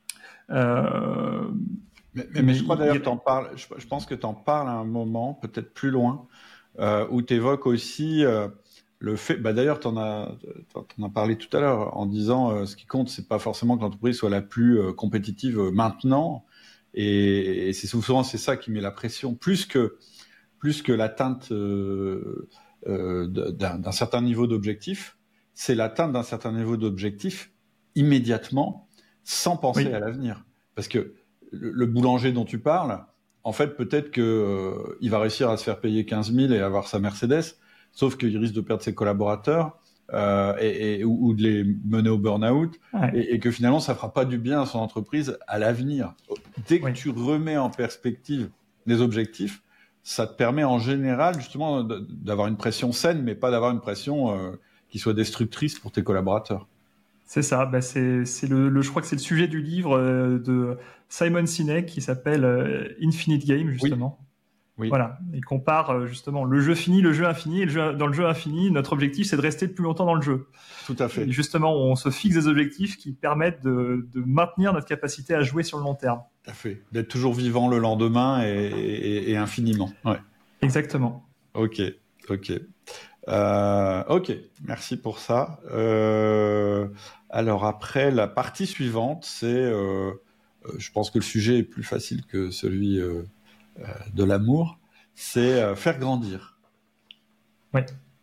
Euh, mais, mais, mais je crois d'ailleurs il... que tu en parles, je, je pense que tu en parles à un moment, peut-être plus loin, euh, où tu évoques aussi euh, le fait, bah d'ailleurs tu en as, t'en as parlé tout à l'heure en disant euh, ce qui compte, c'est pas forcément que l'entreprise soit la plus euh, compétitive euh, maintenant, et, et c'est souvent c'est ça qui met la pression, plus que, plus que l'atteinte euh, euh, d'un, d'un certain niveau d'objectif, c'est l'atteinte d'un certain niveau d'objectif immédiatement, sans penser oui. à l'avenir. Parce que le, le boulanger dont tu parles, en fait, peut-être qu'il euh, va réussir à se faire payer quinze mille et avoir sa Mercedes, sauf qu'il risque de perdre ses collaborateurs euh, et, et, ou, ou de les mener au burn-out, ouais. et, et que finalement, ça ne fera pas du bien à son entreprise à l'avenir. Dès que oui. tu remets en perspective les objectifs, ça te permet en général justement d'avoir une pression saine, mais pas d'avoir une pression euh, qui soit destructrice pour tes collaborateurs. C'est ça, bah c'est, c'est le, le, je crois que c'est le sujet du livre euh, de Simon Sinek qui s'appelle euh, Infinite Game, justement. Oui. Oui. Voilà, il compare euh, justement le jeu fini, le jeu infini, et le jeu, dans le jeu infini, notre objectif c'est de rester le plus longtemps dans le jeu. Tout à fait. Et justement, on se fixe des objectifs qui permettent de, de maintenir notre capacité à jouer sur le long terme. Tout à fait, d'être toujours vivant le lendemain et, et, et infiniment. Ouais. Exactement. Ok, ok. Euh, ok, merci pour ça. Euh, alors après, la partie suivante, c'est, euh, je pense que le sujet est plus facile que celui euh, de l'amour, c'est euh, faire grandir. Oui.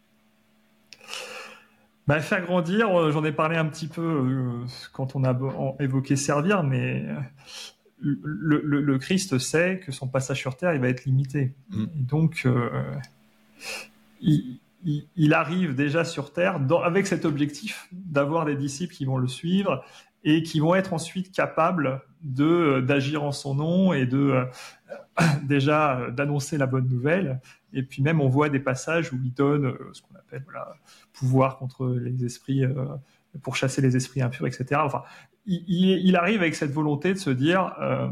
Bah, faire grandir, j'en ai parlé un petit peu euh, quand on a évoqué servir, mais le, le, le Christ sait que son passage sur terre, il va être limité. Mm. Et donc, euh, il Il, il arrive déjà sur Terre dans, avec cet objectif d'avoir des disciples qui vont le suivre et qui vont être ensuite capables de, d'agir en son nom et de euh, déjà d'annoncer la bonne nouvelle. Et puis même, on voit des passages où il donne euh, ce qu'on appelle voilà, pouvoir contre les esprits, euh, pour chasser les esprits impurs, et cetera. Enfin, il, il, il arrive avec cette volonté de se dire, euh,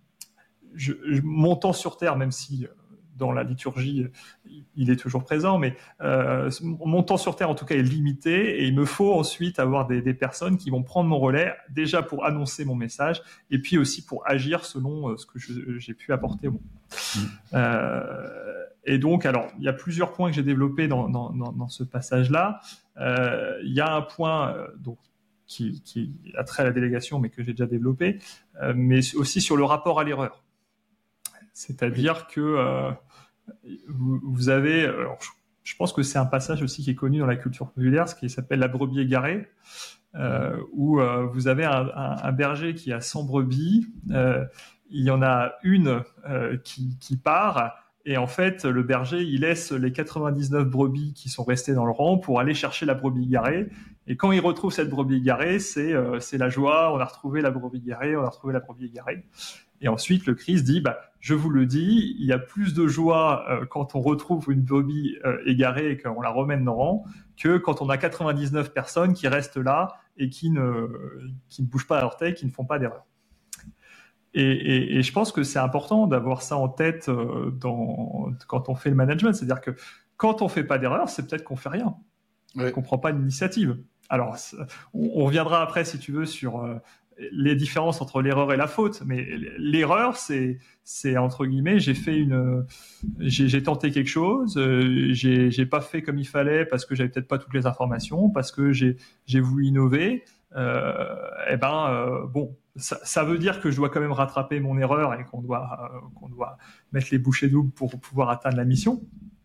je, je, montant sur Terre, même si... dans la liturgie, il est toujours présent, mais euh, mon temps sur Terre, en tout cas, est limité, et il me faut ensuite avoir des, des personnes qui vont prendre mon relais, déjà pour annoncer mon message, et puis aussi pour agir selon euh, ce que je, j'ai pu apporter au monde. Mmh. Euh, et donc, alors, il y a plusieurs points que j'ai développés dans, dans, dans, dans ce passage-là. Euh, il y a un point euh, donc, qui, qui a trait à la délégation, mais que j'ai déjà développé, euh, mais aussi sur le rapport à l'erreur. C'est-à-dire que euh, vous, vous avez, alors je, je pense que c'est un passage aussi qui est connu dans la culture populaire, ce qui s'appelle la brebis égarée, euh, où euh, vous avez un, un, un berger qui a cent brebis, euh, il y en a une euh, qui, qui part, et en fait le berger il laisse les quatre-vingt-dix-neuf brebis qui sont restées dans le rang pour aller chercher la brebis égarée, et quand il retrouve cette brebis égarée, c'est, euh, c'est la joie, on a retrouvé la brebis égarée, on a retrouvé la brebis égarée. Et ensuite, le Christ dit, bah, je vous le dis, il y a plus de joie euh, quand on retrouve une brebis euh, égarée et qu'on la remène dans le rang, que quand on a quatre-vingt-dix-neuf personnes qui restent là et qui ne, qui ne bougent pas à l'orteil, qui ne font pas d'erreur. Et, et, et je pense que c'est important d'avoir ça en tête euh, dans, quand on fait le management. C'est-à-dire que quand on ne fait pas d'erreur, c'est peut-être qu'on ne fait rien, ouais. qu'on ne prend pas d'initiative. Alors, on, on reviendra après, si tu veux, sur... Euh, les différences entre l'erreur et la faute, mais l'erreur, c'est, c'est entre guillemets, j'ai fait une, j'ai, j'ai tenté quelque chose, euh, j'ai, j'ai pas fait comme il fallait parce que j'avais peut-être pas toutes les informations, parce que j'ai, j'ai voulu innover. Euh, et ben, euh, bon, ça, ça veut dire que je dois quand même rattraper mon erreur et qu'on doit, euh, qu'on doit mettre les bouchées doubles pour pouvoir atteindre la mission.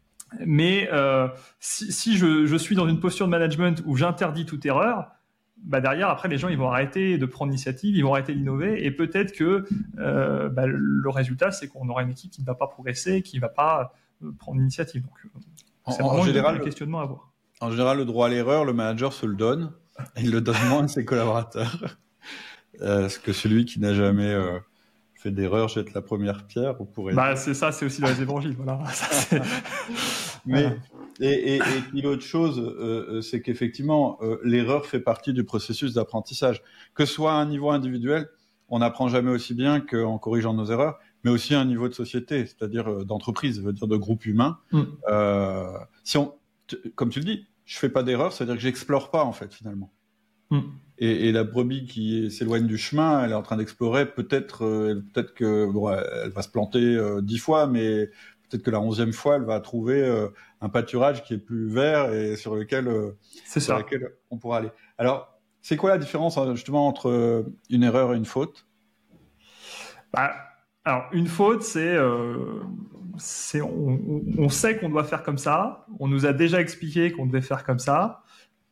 Mais euh, si, si je, je suis dans une posture de management où j'interdis toute erreur, bah derrière, après, les gens ils vont arrêter de prendre l'initiative, ils vont arrêter d'innover, et peut-être que euh, bah, le résultat, c'est qu'on aura une équipe qui ne va pas progresser, qui ne va pas euh, prendre l'initiative. Donc, c'est en, vraiment en général, un questionnement à avoir. En général, le droit à l'erreur, le manager se le donne, et il le donne moins à ses collaborateurs. Euh, parce que celui qui n'a jamais euh, fait d'erreur jette la première pierre, on pourrait bah, dire. C'est ça, c'est aussi dans les évangiles. Voilà. Ça, c'est... Mais... Voilà. Et, et, et puis l'autre chose, euh, c'est qu'effectivement, euh, l'erreur fait partie du processus d'apprentissage. Que ce soit à un niveau individuel, on n'apprend jamais aussi bien qu'en corrigeant nos erreurs, mais aussi à un niveau de société, c'est-à-dire euh, d'entreprise, veut dire de groupe humain. Mm. Euh, si on, t- comme tu le dis, je fais pas d'erreur, c'est-à-dire que j'explore pas en fait finalement. Mm. et, et la brebis qui s'éloigne du chemin, elle est en train d'explorer. Peut-être, euh, peut-être que bon, elle va se planter euh, dix fois, mais peut-être que la onzième fois, elle va trouver euh, un pâturage qui est plus vert et sur lequel, euh, C'est sur ça. lequel on pourra aller. Alors, c'est quoi la différence hein, justement entre une erreur et une faute? Bah, alors, une faute, c'est, euh, c'est on, on sait qu'on doit faire comme ça, on nous a déjà expliqué qu'on devait faire comme ça,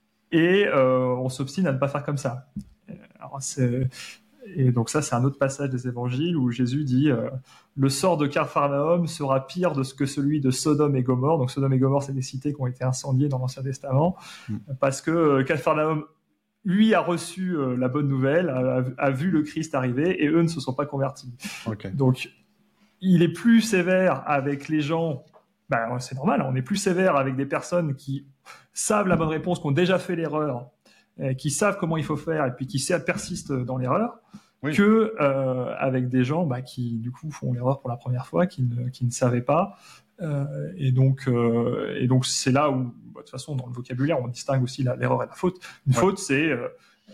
et euh, on s'obstine à ne pas faire comme ça. Alors, c'est, et donc ça, c'est un autre passage des évangiles où Jésus dit euh, le sort de Capharnaüm sera pire de ce que celui de Sodome et Gomorrhe. Donc Sodome et Gomorrhe, c'est des cités qui ont été incendiées dans l'Ancien Testament, mmh. parce que euh, Capharnaüm lui a reçu euh, la bonne nouvelle, a, a vu le Christ arriver, et eux ne se sont pas convertis. Okay. Donc, il est plus sévère avec les gens, ben, c'est normal, on est plus sévère avec des personnes qui savent la bonne réponse, qui ont déjà fait l'erreur, euh, qui savent comment il faut faire, et puis qui persistent dans l'erreur, oui. que euh, avec des gens bah, qui, du coup, font l'erreur pour la première fois, qui ne, qui ne savaient pas. Euh, et, donc, euh, et donc, c'est là où, bah, de toute façon, dans le vocabulaire, on distingue aussi la, l'erreur et la faute. Une ouais. faute, c'est euh,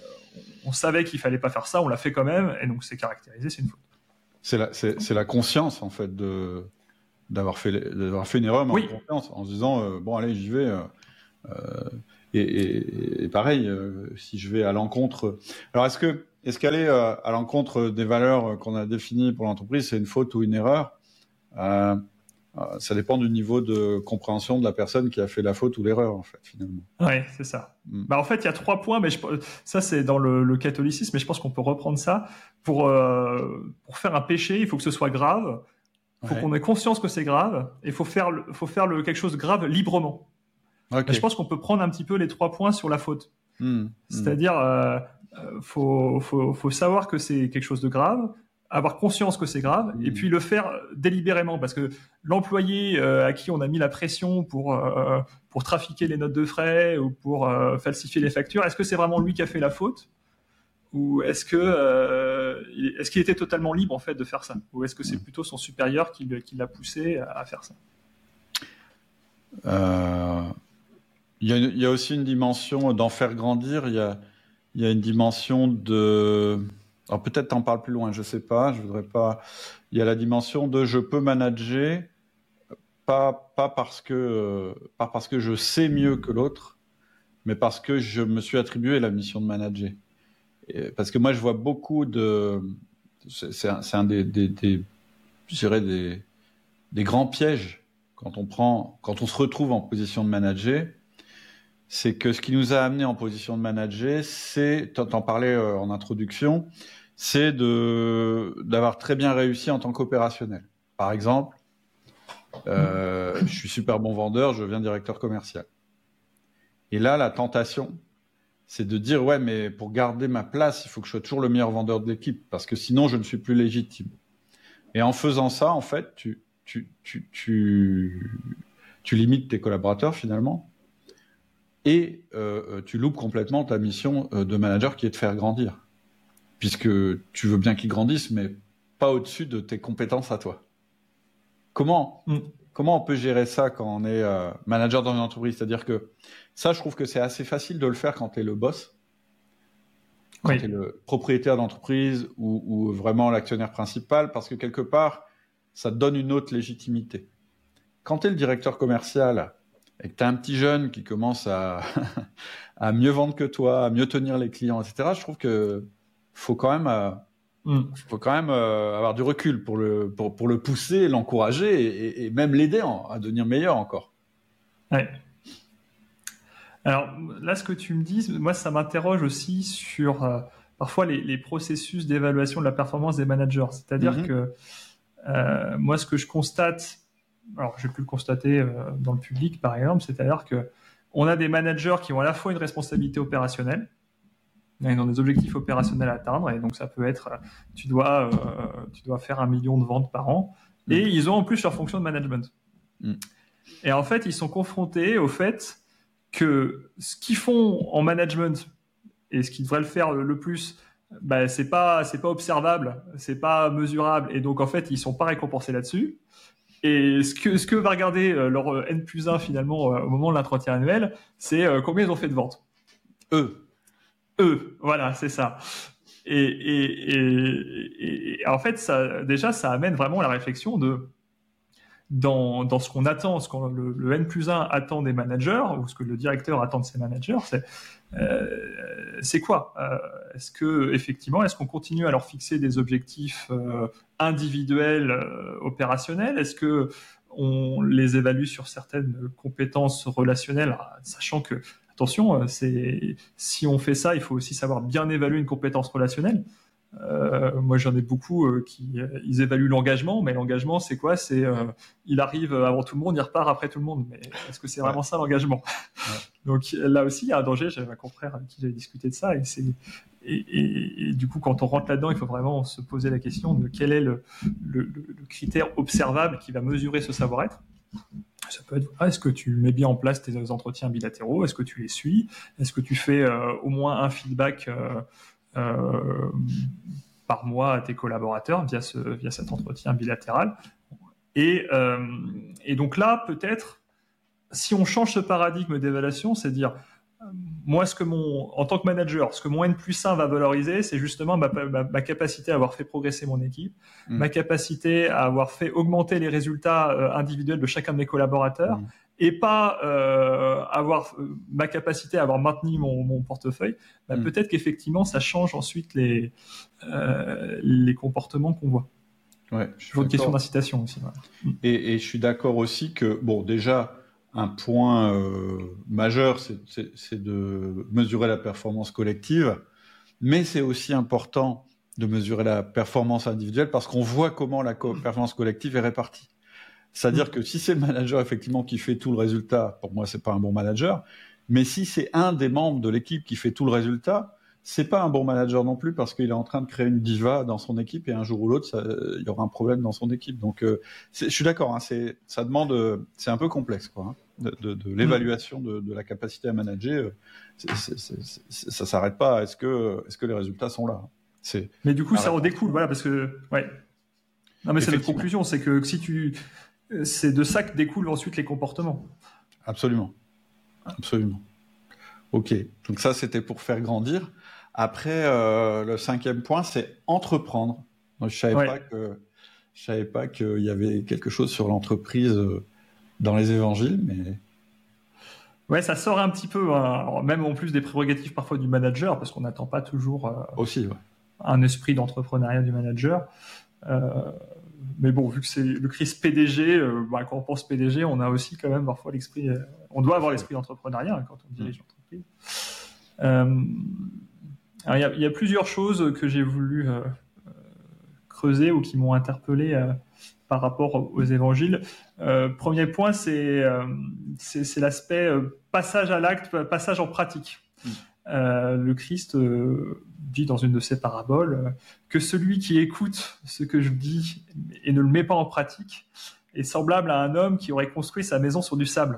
on savait qu'il fallait pas faire ça, on l'a fait quand même, et donc c'est caractérisé, c'est une faute. C'est la, c'est, c'est la conscience, en fait, de, d'avoir, fait, d'avoir fait une erreur, mais oui. en conscience, en se disant, euh, bon, allez, j'y vais. Euh, et, et, et pareil, euh, si je vais à l'encontre... Alors, est-ce, que, est-ce qu'aller euh, à l'encontre des valeurs qu'on a définies pour l'entreprise, c'est une faute ou une erreur? euh, Ça dépend du niveau de compréhension de la personne qui a fait la faute ou l'erreur, en fait, finalement. Oui, c'est ça. Mm. Bah, en fait, il y a trois points, mais je, ça, c'est dans le, le catholicisme, mais je pense qu'on peut reprendre ça. Pour, euh, pour faire un péché, il faut que ce soit grave, il faut ouais. qu'on ait conscience que c'est grave, et il faut faire, le, faut faire le, quelque chose de grave librement. Okay. Je pense qu'on peut prendre un petit peu les trois points sur la faute. Mm. C'est-à-dire, il euh, faut, faut, faut savoir que c'est quelque chose de grave, avoir conscience que c'est grave, mmh. et puis le faire délibérément, parce que l'employé euh, à qui on a mis la pression pour, euh, pour trafiquer les notes de frais ou pour euh, falsifier les factures, est-ce que c'est vraiment lui qui a fait la faute, ou est-ce que euh, est-ce qu'il était totalement libre en fait de faire ça, ou est-ce que c'est plutôt son supérieur qui, qui l'a poussé à faire ça? euh, il y a, il y a aussi une dimension d'en faire grandir, il y a, il y a une dimension de... Alors peut-être t'en parles plus loin, je sais pas, je voudrais pas. Il y a la dimension de je peux manager, pas pas parce que euh, pas parce que je sais mieux que l'autre, mais parce que je me suis attribué la mission de manager. Et parce que moi je vois beaucoup de, c'est, c'est un, c'est un des, des, des, je dirais des des grands pièges quand on prend, quand on se retrouve en position de manager. C'est que ce qui nous a amené en position de manager, c'est, t'en parlais euh, en introduction, c'est de, d'avoir très bien réussi en tant qu'opérationnel. Par exemple, euh, je suis super bon vendeur, je deviens directeur commercial. Et là, la tentation, c'est de dire, ouais, mais pour garder ma place, il faut que je sois toujours le meilleur vendeur de l'équipe, parce que sinon, je ne suis plus légitime. Et en faisant ça, en fait, tu, tu, tu, tu, tu limites tes collaborateurs, finalement. Et euh, tu loupes complètement ta mission de manager qui est de faire grandir. Puisque tu veux bien qu'ils grandissent, mais pas au-dessus de tes compétences à toi. Comment, mm. comment on peut gérer ça quand on est euh, manager dans une entreprise? C'est-à-dire que ça, je trouve que c'est assez facile de le faire quand tu es le boss, quand oui. tu es le propriétaire d'entreprise ou, ou vraiment l'actionnaire principal, parce que quelque part, ça te donne une autre légitimité. Quand tu es le directeur commercial... et que tu as un petit jeune qui commence à, à mieux vendre que toi, à mieux tenir les clients, et cetera, je trouve qu'il faut quand même, euh, mm. faut quand même euh, avoir du recul pour le, pour, pour le pousser, l'encourager et, et même l'aider en, à devenir meilleur encore. Ouais. Alors là, ce que tu me dis, moi, ça m'interroge aussi sur euh, parfois les, les processus d'évaluation de la performance des managers. C'est-à-dire mm-hmm. que euh, moi, ce que je constate, alors j'ai pu le constater euh, dans le public par exemple, c'est-à-dire que on a des managers qui ont à la fois une responsabilité opérationnelle, ils ont des objectifs opérationnels à atteindre, et donc ça peut être tu dois, euh, tu dois faire un million de ventes par an, mmh. et ils ont en plus leur fonction de management. Mmh. Et en fait, ils sont confrontés au fait que ce qu'ils font en management et ce qu'ils devraient le faire le plus, bah, c'est pas, c'est pas observable, c'est pas mesurable, et donc en fait, ils sont pas récompensés là-dessus. Et ce que, ce que va regarder euh, leur N plus un finalement euh, au moment de l'entretien annuel, c'est euh, combien ils ont fait de ventes. Eux. Eux, voilà, c'est ça. Et, et, et, et en fait, ça, déjà, ça amène vraiment la réflexion de dans, dans ce qu'on attend, ce qu'on le, le N plus un attend des managers ou ce que le directeur attend de ses managers, c'est euh, c'est quoi euh, Est-ce que effectivement, est-ce qu'on continue à leur fixer des objectifs euh, individuels, euh, opérationnels? Est-ce que on les évalue sur certaines compétences relationnelles, sachant que attention, c'est si on fait ça, il faut aussi savoir bien évaluer une compétence relationnelle. Euh, moi, j'en ai beaucoup euh, qui euh, ils évaluent l'engagement, mais l'engagement, c'est quoi? C'est euh, il arrive avant tout le monde, il repart après tout le monde. Mais est-ce que c'est vraiment ouais. ça l'engagement? Ouais. Donc là aussi, il y a un danger. J'avais un confrère avec qui j'avais discuté de ça, et c'est et, et, et du coup, quand on rentre là-dedans, il faut vraiment se poser la question de quel est le, le, le critère observable qui va mesurer ce savoir-être. Ça peut être, ah, est-ce que tu mets bien en place tes entretiens bilatéraux? Est-ce que tu les suis? Est-ce que tu fais euh, au moins un feedback euh, euh, par mois à tes collaborateurs via, ce, via cet entretien bilatéral? Et, euh, et donc là, peut-être, si on change ce paradigme d'évaluation, c'est dire, moi, ce que mon, en tant que manager, ce que mon N plus un va valoriser, c'est justement ma, ma, ma capacité à avoir fait progresser mon équipe, mmh. ma capacité à avoir fait augmenter les résultats euh, individuels de chacun de mes collaborateurs, mmh. et pas euh, avoir euh, ma capacité à avoir maintenu mon, mon portefeuille. Bah, mmh. Peut-être qu'effectivement, ça change ensuite les, euh, les comportements qu'on voit. Ouais, c'est une question d'incitation aussi. Voilà. Et, et je suis d'accord aussi que, bon, déjà, un point euh, majeur, c'est, c'est, c'est de mesurer la performance collective, mais c'est aussi important de mesurer la performance individuelle parce qu'on voit comment la co- performance collective est répartie. C'est-à-dire que si c'est le manager effectivement qui fait tout le résultat, pour moi c'est pas un bon manager, mais si c'est un des membres de l'équipe qui fait tout le résultat, c'est pas un bon manager non plus parce qu'il est en train de créer une diva dans son équipe et un jour ou l'autre, ça, il y aura un problème dans son équipe. Donc, euh, c'est, je suis d'accord, hein, c'est, ça demande, c'est un peu complexe, quoi, hein, de, de, de l'évaluation de, de la capacité à manager. C'est, c'est, c'est, c'est, ça s'arrête pas. Est-ce que, est-ce que les résultats sont là? C'est. Mais du coup, ça en découle, voilà, parce que, ouais. Non, mais c'est notre conclusion, c'est que si tu, c'est de ça que découlent ensuite les comportements. Absolument, absolument. Ok, donc ça c'était pour faire grandir. Après, euh, le cinquième point, c'est entreprendre. Moi, je savais ouais. pas que je savais pas qu'il y avait quelque chose sur l'entreprise dans les évangiles, mais ouais, ça sort un petit peu, hein. Alors, même en plus des prérogatives parfois du manager, parce qu'on n'attend pas toujours euh, aussi ouais. un esprit d'entrepreneuriat du manager. Euh, mais bon, vu que c'est le C R I S P D G, euh, bah, quand on pense P D G, on a aussi quand même parfois l'esprit. Euh, on doit avoir l'esprit d'entrepreneuriat hein, quand on dirige l'entreprise. Euh, alors, il y a, il y a plusieurs choses que j'ai voulu euh, creuser ou qui m'ont interpellé euh, par rapport aux évangiles. Euh, premier point, c'est, euh, c'est, c'est l'aspect euh, passage à l'acte, passage en pratique. Mmh. Euh, le Christ euh, dit dans une de ses paraboles euh, que celui qui écoute ce que je dis et ne le met pas en pratique est semblable à un homme qui aurait construit sa maison sur du sable.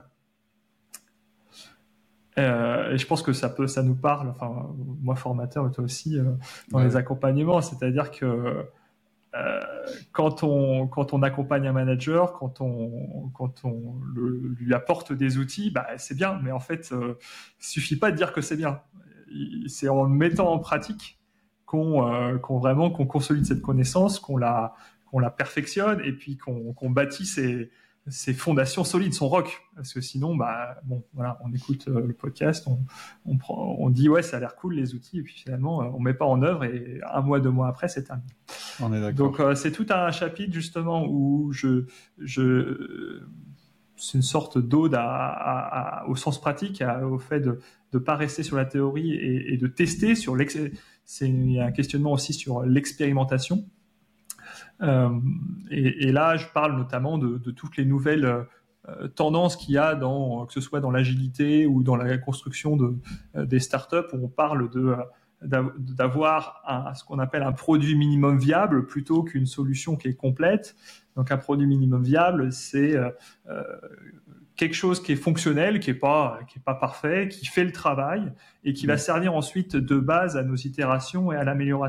Euh, et je pense que ça peut, ça nous parle. Enfin, moi formateur, toi aussi, euh, dans ouais. les accompagnements, c'est-à-dire que euh, quand on quand on accompagne un manager, quand on quand on le, lui apporte des outils, bah c'est bien. Mais en fait, euh, il suffit pas de dire que c'est bien. C'est en le mettant en pratique qu'on euh, qu'on vraiment qu'on consolide cette connaissance, qu'on la qu'on la perfectionne et puis qu'on qu'on bâtit ces ses fondations solides, son roc, parce que sinon, bah, bon, voilà, on écoute euh, le podcast, on, on, prend, on dit ouais, ça a l'air cool les outils, et puis finalement, euh, on met pas en œuvre et un mois, deux mois après, c'est terminé. On est d'accord. Donc euh, c'est tout un chapitre justement où je, je, c'est une sorte d'ode à, à, à, au sens pratique, à, au fait de ne pas rester sur la théorie et, et de tester sur l'ex. C'est il y a un questionnement aussi sur l'expérimentation. Euh, et, et là, je parle notamment de, de toutes les nouvelles euh, tendances qu'il y a dans, que ce soit dans l'agilité ou dans la construction de, euh, des startups, où on parle de, d'avoir un, ce qu'on appelle un produit minimum viable plutôt qu'une solution qui est complète. Donc, un produit minimum viable, c'est euh, euh, quelque chose qui est fonctionnel, qui est pas, qui est pas parfait, qui fait le travail et qui mmh. va servir ensuite de base à nos itérations et à l'amélioration.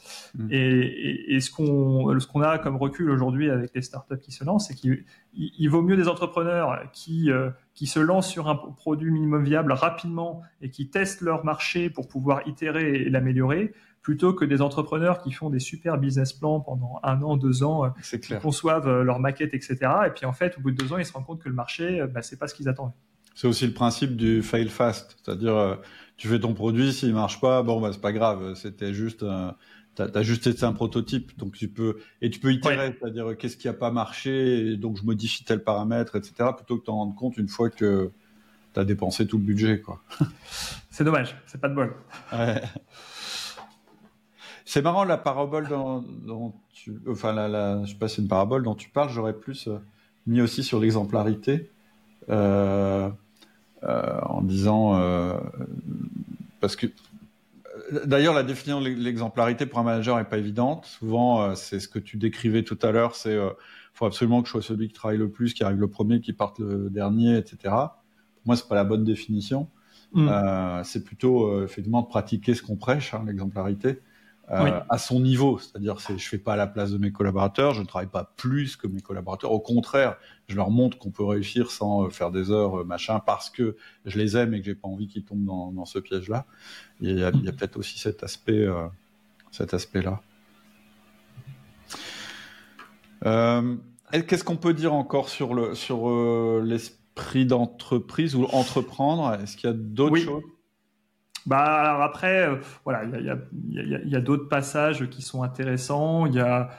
Mmh. Et, et, et ce qu'on, ce qu'on a comme recul aujourd'hui avec les startups qui se lancent, c'est qu'il il, il vaut mieux des entrepreneurs qui, euh, qui se lancent sur un produit minimum viable rapidement et qui testent leur marché pour pouvoir itérer et l'améliorer, plutôt que des entrepreneurs qui font des super business plans pendant un an, deux ans, c'est clair. Qui conçoivent leur maquette, et cetera. Et puis en fait, au bout de deux ans, ils se rendent compte que le marché, bah, c'est pas ce qu'ils attendaient. C'est aussi le principe du fail fast, c'est-à-dire euh, tu fais ton produit, s'il marche pas, bon bah c'est pas grave, c'était juste, euh, t'as, t'as juste testé un prototype, donc tu peux et tu peux itérer, ouais. C'est-à-dire euh, qu'est-ce qui a pas marché, et donc je modifie tel paramètre, et cetera. Plutôt que t'en rendre compte une fois que t'as dépensé tout le budget, quoi. C'est dommage, c'est pas de bol. Ouais. C'est marrant la parabole dont, dont tu, enfin la, la, je sais pas si c'est une parabole dont tu parles, j'aurais plus euh, mis aussi sur l'exemplarité, euh, euh, en disant, euh, parce que d'ailleurs la définition de l'exemplarité pour un manager n'est pas évidente. Souvent, euh, c'est ce que tu décrivais tout à l'heure, c'est euh, faut absolument que je sois celui qui travaille le plus, qui arrive le premier, qui parte le dernier, et cetera. Pour moi, c'est pas la bonne définition. Mmh. Euh, c'est plutôt euh, effectivement de pratiquer ce qu'on prêche, hein, l'exemplarité. Euh, oui. À son niveau, c'est-à-dire c'est, je fais pas à la place de mes collaborateurs, je ne travaille pas plus que mes collaborateurs, au contraire, je leur montre qu'on peut réussir sans euh, faire des heures, euh, machin, parce que je les aime et que j'ai pas envie qu'ils tombent dans, dans ce piège-là. Et il y a, il y a peut-être aussi cet aspect, euh, cet aspect-là. Euh, qu'est-ce qu'on peut dire encore sur le, sur euh, l'esprit d'entreprise ou entreprendre? Est-ce qu'il y a d'autres oui. choses? Bah alors après, euh, voilà, il y a, y, a, y, a, y a d'autres passages qui sont intéressants. Il y a,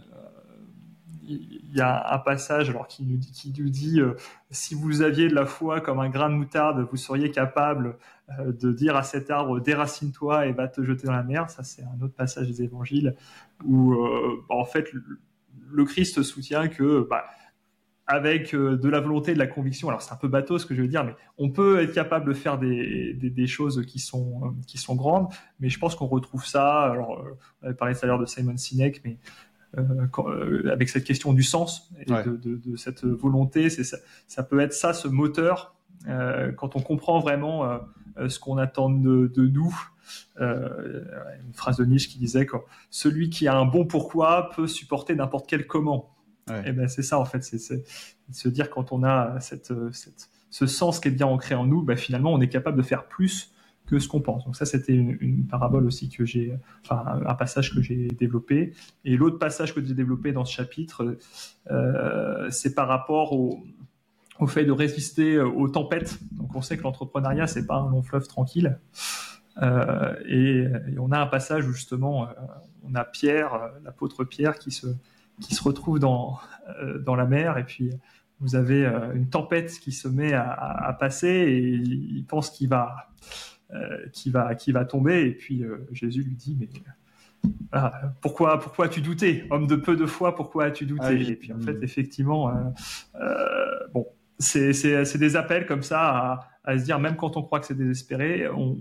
il euh, y a un passage alors qui nous dit, qui nous dit euh, si vous aviez de la foi comme un grain de moutarde, vous seriez capable euh, de dire à cet arbre déracine-toi et va te jeter dans la mer. Ça, c'est un autre passage des Évangiles où, euh, bah, en fait, le, le Christ soutient que bah, avec euh, de la volonté, de la conviction. Alors c'est un peu bateau ce que je veux dire, mais on peut être capable de faire des, des, des choses qui sont euh, qui sont grandes. Mais je pense qu'on retrouve ça. Alors euh, on avait parlé tout à l'heure de Simon Sinek, mais euh, quand, euh, avec cette question du sens et ouais. de, de, de cette volonté, c'est ça, ça peut être ça, ce moteur. Euh, quand on comprend vraiment euh, ce qu'on attend de, de nous. Euh, une phrase de Nietzsche qui disait que celui qui a un bon pourquoi peut supporter n'importe quel comment. Ouais. Et ben c'est ça en fait, c'est, c'est de se dire quand on a cette, cette, ce sens qui est bien ancré en nous, ben finalement on est capable de faire plus que ce qu'on pense. Donc ça c'était une, une parabole aussi que j'ai, enfin un passage que j'ai développé. Et l'autre passage que j'ai développé dans ce chapitre, euh, c'est par rapport au, au fait de résister aux tempêtes. Donc on sait que l'entrepreneuriat c'est pas un long fleuve tranquille. Euh, et, et on a un passage où justement euh, on a Pierre, euh, l'apôtre Pierre qui se qui se retrouve dans, euh, dans la mer, et puis vous avez euh, une tempête qui se met à, à, à passer, et il, il pense qu'il va, euh, qu'il va, qu'il va tomber, et puis euh, Jésus lui dit, mais ah, pourquoi, pourquoi as-tu douté, homme de peu de foi, pourquoi as-tu douté? Ah, oui. Et puis en fait, effectivement, euh, euh, bon, c'est, c'est, c'est des appels comme ça à, à se dire, même quand on croit que c'est désespéré, on,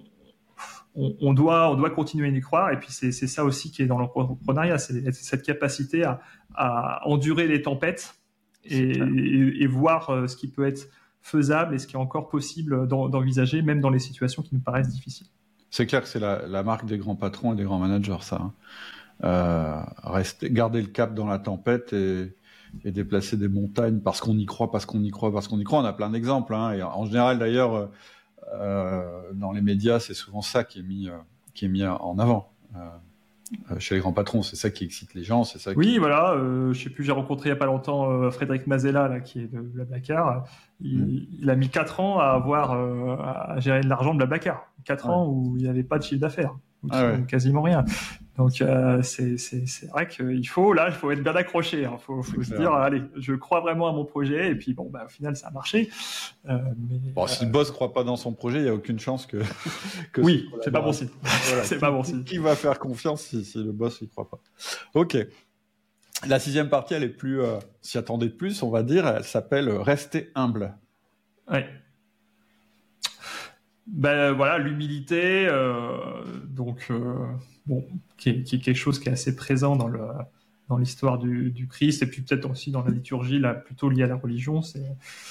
On, on, doit, on doit continuer à y croire, et puis c'est, c'est ça aussi qui est dans l'entrepreneuriat, c'est cette capacité à, à endurer les tempêtes et, et, et voir ce qui peut être faisable et ce qui est encore possible d'envisager, même dans les situations qui nous paraissent difficiles. C'est clair que c'est la, la marque des grands patrons et des grands managers, ça. Hein. Euh, rester, garder le cap dans la tempête et, et déplacer des montagnes parce qu'on y croit, parce qu'on y croit, parce qu'on y croit. On a plein d'exemples. Hein, et en général, d'ailleurs, Euh, dans les médias, c'est souvent ça qui est mis, euh, qui est mis en avant. Euh, chez les grands patrons, c'est ça qui excite les gens, c'est ça. Oui, qui... voilà. Euh, je sais plus, j'ai rencontré il y a pas longtemps euh, Frédéric Mazella, là, qui est de Blablacar. Il, mmh. il a mis quatre ans à avoir, euh, à gérer de l'argent de Blablacar. Quatre ouais. ans où il n'y avait pas de chiffre d'affaires, ou ah ouais. quasiment rien. Donc euh, c'est, c'est, c'est vrai qu'il faut, là, il faut être bien accroché. Il hein. faut, faut se dire, allez, je crois vraiment à mon projet, et puis bon, bah, au final, ça a marché. Euh, mais, bon, euh... si le boss ne croit pas dans son projet, il n'y a aucune chance que. que oui, c'est pas bon signe. Voilà. c'est qui, pas bon signe. Qui va faire confiance si, si le boss n'y croit pas? Ok. La sixième partie, elle est plus, euh, s'y attendait de plus, on va dire. Elle s'appelle Rester humble. Oui. Ben voilà, l'humilité, euh, donc euh, bon, qui est, qui est quelque chose qui est assez présent dans le dans l'histoire du, du Christ, et puis peut-être aussi dans la liturgie, là, plutôt liée à la religion. C'est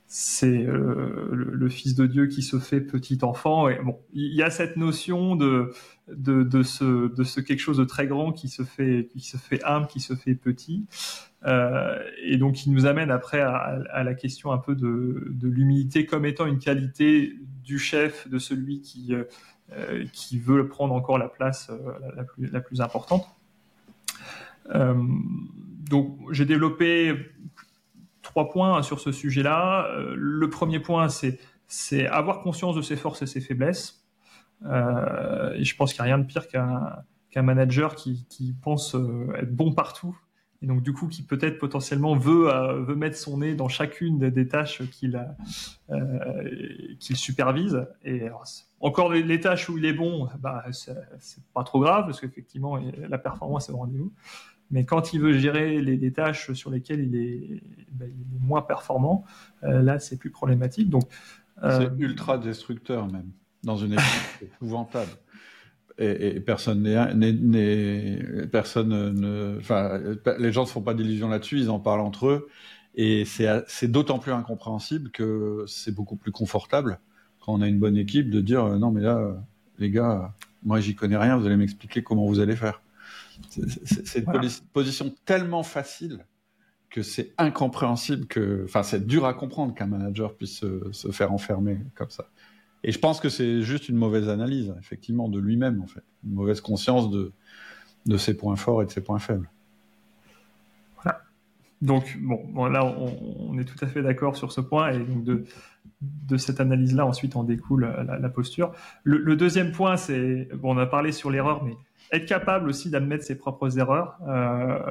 c'est euh, le, le Fils de Dieu qui se fait petit enfant. Et bon, il y a cette notion de de, de ce de ce quelque chose de très grand qui se fait qui se fait humble, qui se fait petit. Euh, et donc, il nous amène après à, à la question un peu de, de l'humilité comme étant une qualité du chef, de celui qui euh, qui veut prendre encore la place euh, la, la plus la plus importante. Euh, donc, j'ai développé trois points sur ce sujet-là. Euh, le premier point, c'est, c'est avoir conscience de ses forces et ses faiblesses. Euh, et je pense qu'il n'y a rien de pire qu'un, qu'un manager qui, qui pense euh, être bon partout. Et donc, du coup, qui peut-être potentiellement veut, euh, veut mettre son nez dans chacune des, des tâches qu'il, euh, qu'il supervise. Et alors, encore les, les tâches où il est bon, bah, c'est, c'est pas trop grave, parce qu'effectivement, la performance est au rendez-vous. Mais quand il veut gérer les, les tâches sur lesquelles il est, ben, il est moins performant, euh, là, c'est plus problématique. Donc, euh... c'est ultra destructeur même, dans une équipe épouvantable. Et, et personne n'est, n'est, n'est, personne ne, enfin, les gens ne se font pas d'illusions là-dessus, ils en parlent entre eux. Et c'est, c'est d'autant plus incompréhensible que c'est beaucoup plus confortable quand on a une bonne équipe de dire euh, non, mais là, les gars, moi, j'y connais rien, vous allez m'expliquer comment vous allez faire. C'est, c'est, c'est une voilà. position tellement facile que c'est incompréhensible que, enfin, c'est dur à comprendre qu'un manager puisse se, se faire enfermer comme ça. Et je pense que c'est juste une mauvaise analyse, effectivement, de lui-même, en fait. Une mauvaise conscience de, de ses points forts et de ses points faibles. Voilà. Donc, bon, bon là, on, on est tout à fait d'accord sur ce point. Et donc, de, de cette analyse-là, ensuite, en découle la, la posture. Le, le deuxième point, c'est, bon, on a parlé sur l'erreur, mais être capable aussi d'admettre ses propres erreurs. Euh,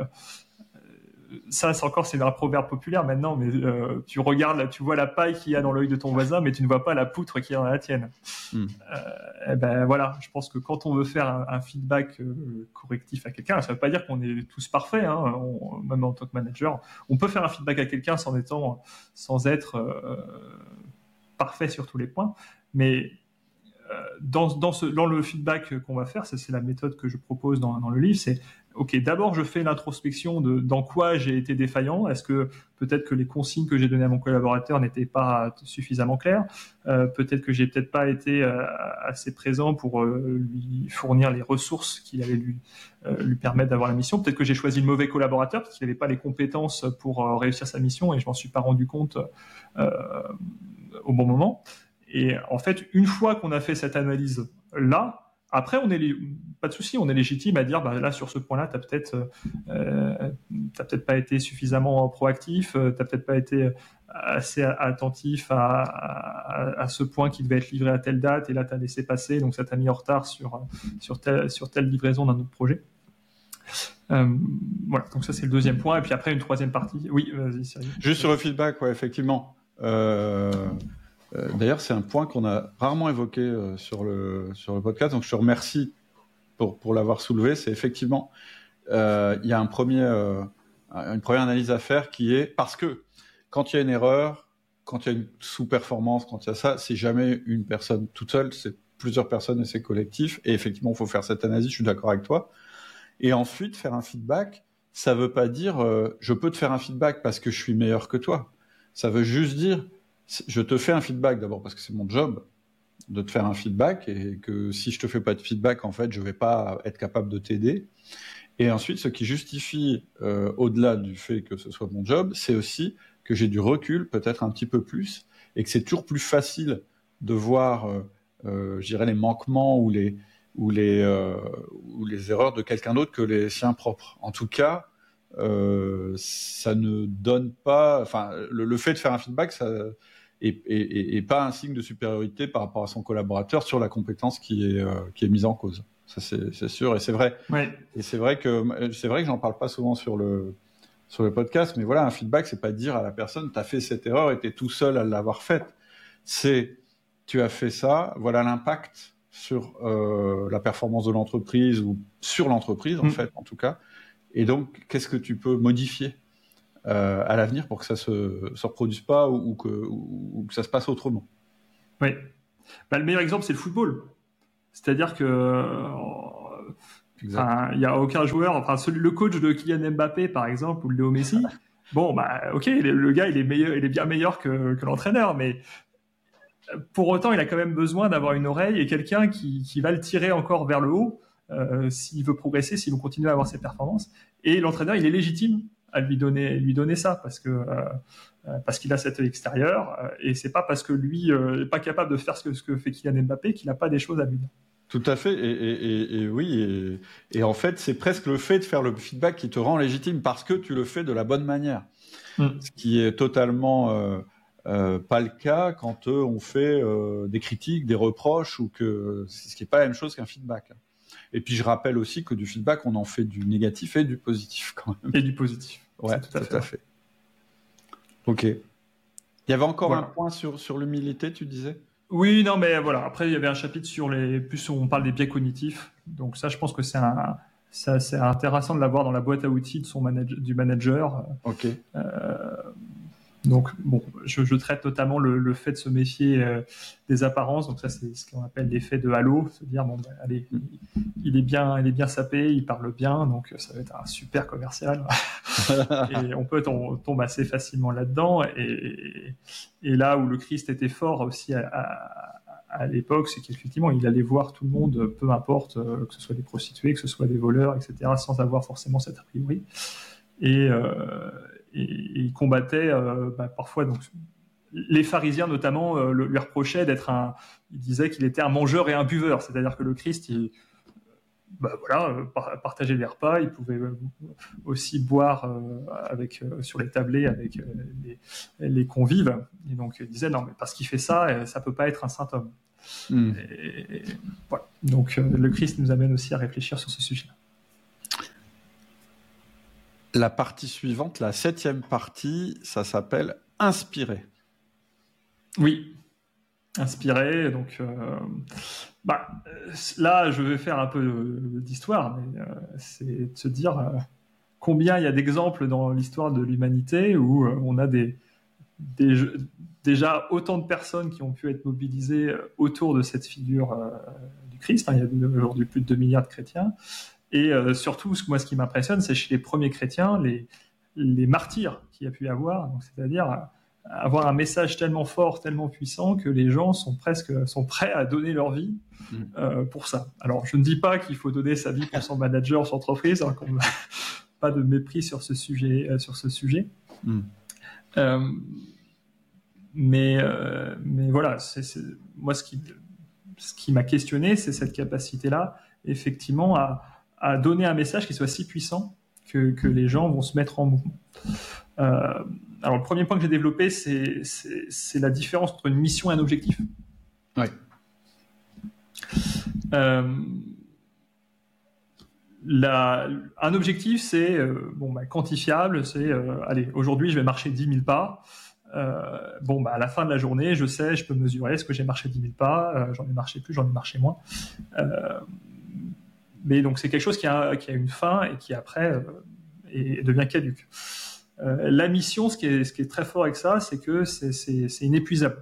ça, c'est encore, c'est un proverbe populaire maintenant, mais euh, tu regardes, là, tu vois la paille qu'il y a dans l'œil de ton voisin, mais tu ne vois pas la poutre qu'il y a dans la tienne. Mm. Euh, et ben voilà, je pense que quand on veut faire un, un feedback euh, correctif à quelqu'un, ça ne veut pas dire qu'on est tous parfaits, hein, on, même en tant que manager, on peut faire un feedback à quelqu'un sans étant, sans être euh, parfait sur tous les points, mais Dans, dans, ce, dans le feedback qu'on va faire, ça, c'est la méthode que je propose dans, dans le livre, c'est ok, d'abord je fais l'introspection de dans quoi j'ai été défaillant, est-ce que peut-être que les consignes que j'ai données à mon collaborateur n'étaient pas suffisamment claires, euh, peut-être que j'ai peut-être pas été euh, assez présent pour euh, lui fournir les ressources qui allaient lui, euh, lui permettre d'avoir la mission, peut-être que j'ai choisi le mauvais collaborateur parce qu'il n'avait pas les compétences pour euh, réussir sa mission et je m'en suis pas rendu compte euh, au bon moment. Et en fait, une fois qu'on a fait cette analyse-là, après, on est pas de souci, on est légitime à dire, bah là sur ce point-là, t'as peut-être, euh, t'as peut-être pas été suffisamment proactif, t'as peut-être pas été assez attentif à, à, à ce point qui devait être livré à telle date, et là t'as laissé passer, donc ça t'a mis en retard sur sur telle sur telle livraison d'un autre projet. Euh, voilà, donc ça c'est le deuxième point, et puis après une troisième partie. Oui, vas-y, Cyril. Juste sur le feedback, ouais, effectivement. Euh... Euh, d'ailleurs, c'est un point qu'on a rarement évoqué euh, sur, le, sur le podcast, donc je te remercie pour, pour l'avoir soulevé. C'est effectivement, euh, il y a un premier, euh, une première analyse à faire qui est, parce que quand il y a une erreur, quand il y a une sous-performance, quand il y a ça, c'est jamais une personne toute seule, c'est plusieurs personnes et c'est collectif. Et effectivement, il faut faire cette analyse, je suis d'accord avec toi. Et ensuite, faire un feedback, ça ne veut pas dire euh, je peux te faire un feedback parce que je suis meilleur que toi. Ça veut juste dire je te fais un feedback d'abord parce que c'est mon job de te faire un feedback et que si je te fais pas de feedback, en fait, je vais pas être capable de t'aider. Et ensuite, ce qui justifie, euh, au-delà du fait que ce soit mon job, c'est aussi que j'ai du recul, peut-être un petit peu plus, et que c'est toujours plus facile de voir, euh, euh, je dirais, les manquements ou les, ou les, euh, ou les erreurs de quelqu'un d'autre que les siens propres. En tout cas, euh, ça ne donne pas, enfin, le, le fait de faire un feedback, ça Et, et, et pas un signe de supériorité par rapport à son collaborateur sur la compétence qui est, euh, qui est mise en cause. Ça, c'est, c'est sûr, et c'est vrai. Ouais. Et c'est vrai que, c'est vrai que j'en parle pas souvent sur le, sur le podcast, mais voilà, un feedback, c'est pas dire à la personne, t'as fait cette erreur et t'es tout seul à l'avoir faite. C'est, tu as fait ça, voilà l'impact sur euh, la performance de l'entreprise ou sur l'entreprise, en mmh. fait, en tout cas. Et donc, qu'est-ce que tu peux modifier Euh, à l'avenir pour que ça ne se, se reproduise pas ou, ou, que, ou, ou que ça se passe autrement. Oui. Bah, le meilleur exemple, c'est le football. C'est-à-dire que il n'y a aucun joueur, enfin celui, le coach de Kylian Mbappé, par exemple, ou de Léo Messi, Bon, bah, ok, le gars, il est meilleur, il est bien meilleur que, que l'entraîneur, mais pour autant, il a quand même besoin d'avoir une oreille et quelqu'un qui, qui va le tirer encore vers le haut euh, s'il veut progresser, s'il veut continuer à avoir ses performances. Et l'entraîneur, il est légitime à lui donner, lui donner ça parce que euh, parce qu'il a cet œil extérieur euh, et c'est pas parce que lui euh, est pas capable de faire ce que, ce que fait Kylian Mbappé qu'il n'a pas des choses à lui dire. Tout à fait, et, et, et, et oui, et, et en fait, c'est presque le fait de faire le feedback qui te rend légitime parce que tu le fais de la bonne manière, mm. ce qui est totalement euh, euh, pas le cas quand euh, on fait euh, des critiques, des reproches ou que ce qui n'est pas la même chose qu'un feedback. Et puis je rappelle aussi que du feedback, on en fait du négatif et du positif quand même. Et du positif. Ouais, tout à, tout fait, à fait. Ok. Il y avait encore voilà. un point sur sur l'humilité, tu disais? Oui, non, mais voilà. Après, il y avait un chapitre sur les. Plus on parle des biais cognitifs. Donc ça, je pense que c'est un. Ça, c'est intéressant de l'avoir dans la boîte à outils de son manager, du manager. Ok. Euh, donc bon, je, je traite notamment le, le fait de se méfier euh, des apparences. Donc ça, c'est ce qu'on appelle l'effet de halo, se dire bon, ben, allez, il, il est bien, il est bien sapé, il parle bien, donc ça va être un super commercial. Et on peut on tombe assez facilement là-dedans. Et, et là où le Christ était fort aussi à, à, à l'époque, c'est qu'effectivement, il allait voir tout le monde, peu importe, euh, que ce soit des prostituées, que ce soit des voleurs, et cetera, sans avoir forcément cet a priori. Et, euh, et, et il combattait euh, bah, parfois donc les pharisiens notamment euh, le, lui reprochaient d'être un. Il disait qu'il était un mangeur et un buveur, c'est-à-dire que le Christ, il bah voilà, euh, partager les repas, il pouvait aussi boire euh, avec, euh, sur les tablés avec euh, les, les convives. Et donc il disait non, mais parce qu'il fait ça, ça peut pas être un saint homme. Mm. Et, et, voilà. Donc euh, le Christ nous amène aussi à réfléchir sur ce sujet-là. La partie suivante, la septième partie, ça s'appelle inspirer. Oui. Inspiré, donc euh, bah, là je vais faire un peu d'histoire, mais euh, c'est de se dire euh, combien il y a d'exemples dans l'histoire de l'humanité où euh, on a des, des, déjà autant de personnes qui ont pu être mobilisées autour de cette figure euh, du Christ. Hein, il y a aujourd'hui plus de deux milliards de chrétiens, et euh, surtout moi ce qui m'impressionne, c'est chez les premiers chrétiens les, les martyrs qu'il y a pu y avoir, donc, c'est-à-dire avoir un message tellement fort, tellement puissant que les gens sont presque sont prêts à donner leur vie euh, pour ça. Alors, je ne dis pas qu'il faut donner sa vie pour son manager, son entreprise, hein, qu'on... pas de mépris sur ce sujet. Euh, sur ce sujet. Mm. Euh, mais euh, mais voilà, c'est, c'est... moi ce qui ce qui m'a questionné, c'est cette capacité-là, effectivement, à, à donner un message qui soit si puissant que que les gens vont se mettre en mouvement. Euh, alors, le premier point que j'ai développé, c'est, c'est, c'est la différence entre une mission et un objectif. Oui. Euh, la, un objectif, c'est euh, bon, bah, quantifiable. C'est, euh, allez, aujourd'hui, je vais marcher dix mille pas. Euh, bon, bah, à la fin de la journée, je sais, je peux mesurer est-ce que j'ai marché dix mille pas. Euh, j'en ai marché plus, j'en ai marché moins. Euh, mais donc, c'est quelque chose qui a, qui a une fin et qui, après, euh, est, devient caduque. Euh, la mission, ce qui, est, ce qui est très fort avec ça, c'est que c'est, c'est, c'est inépuisable.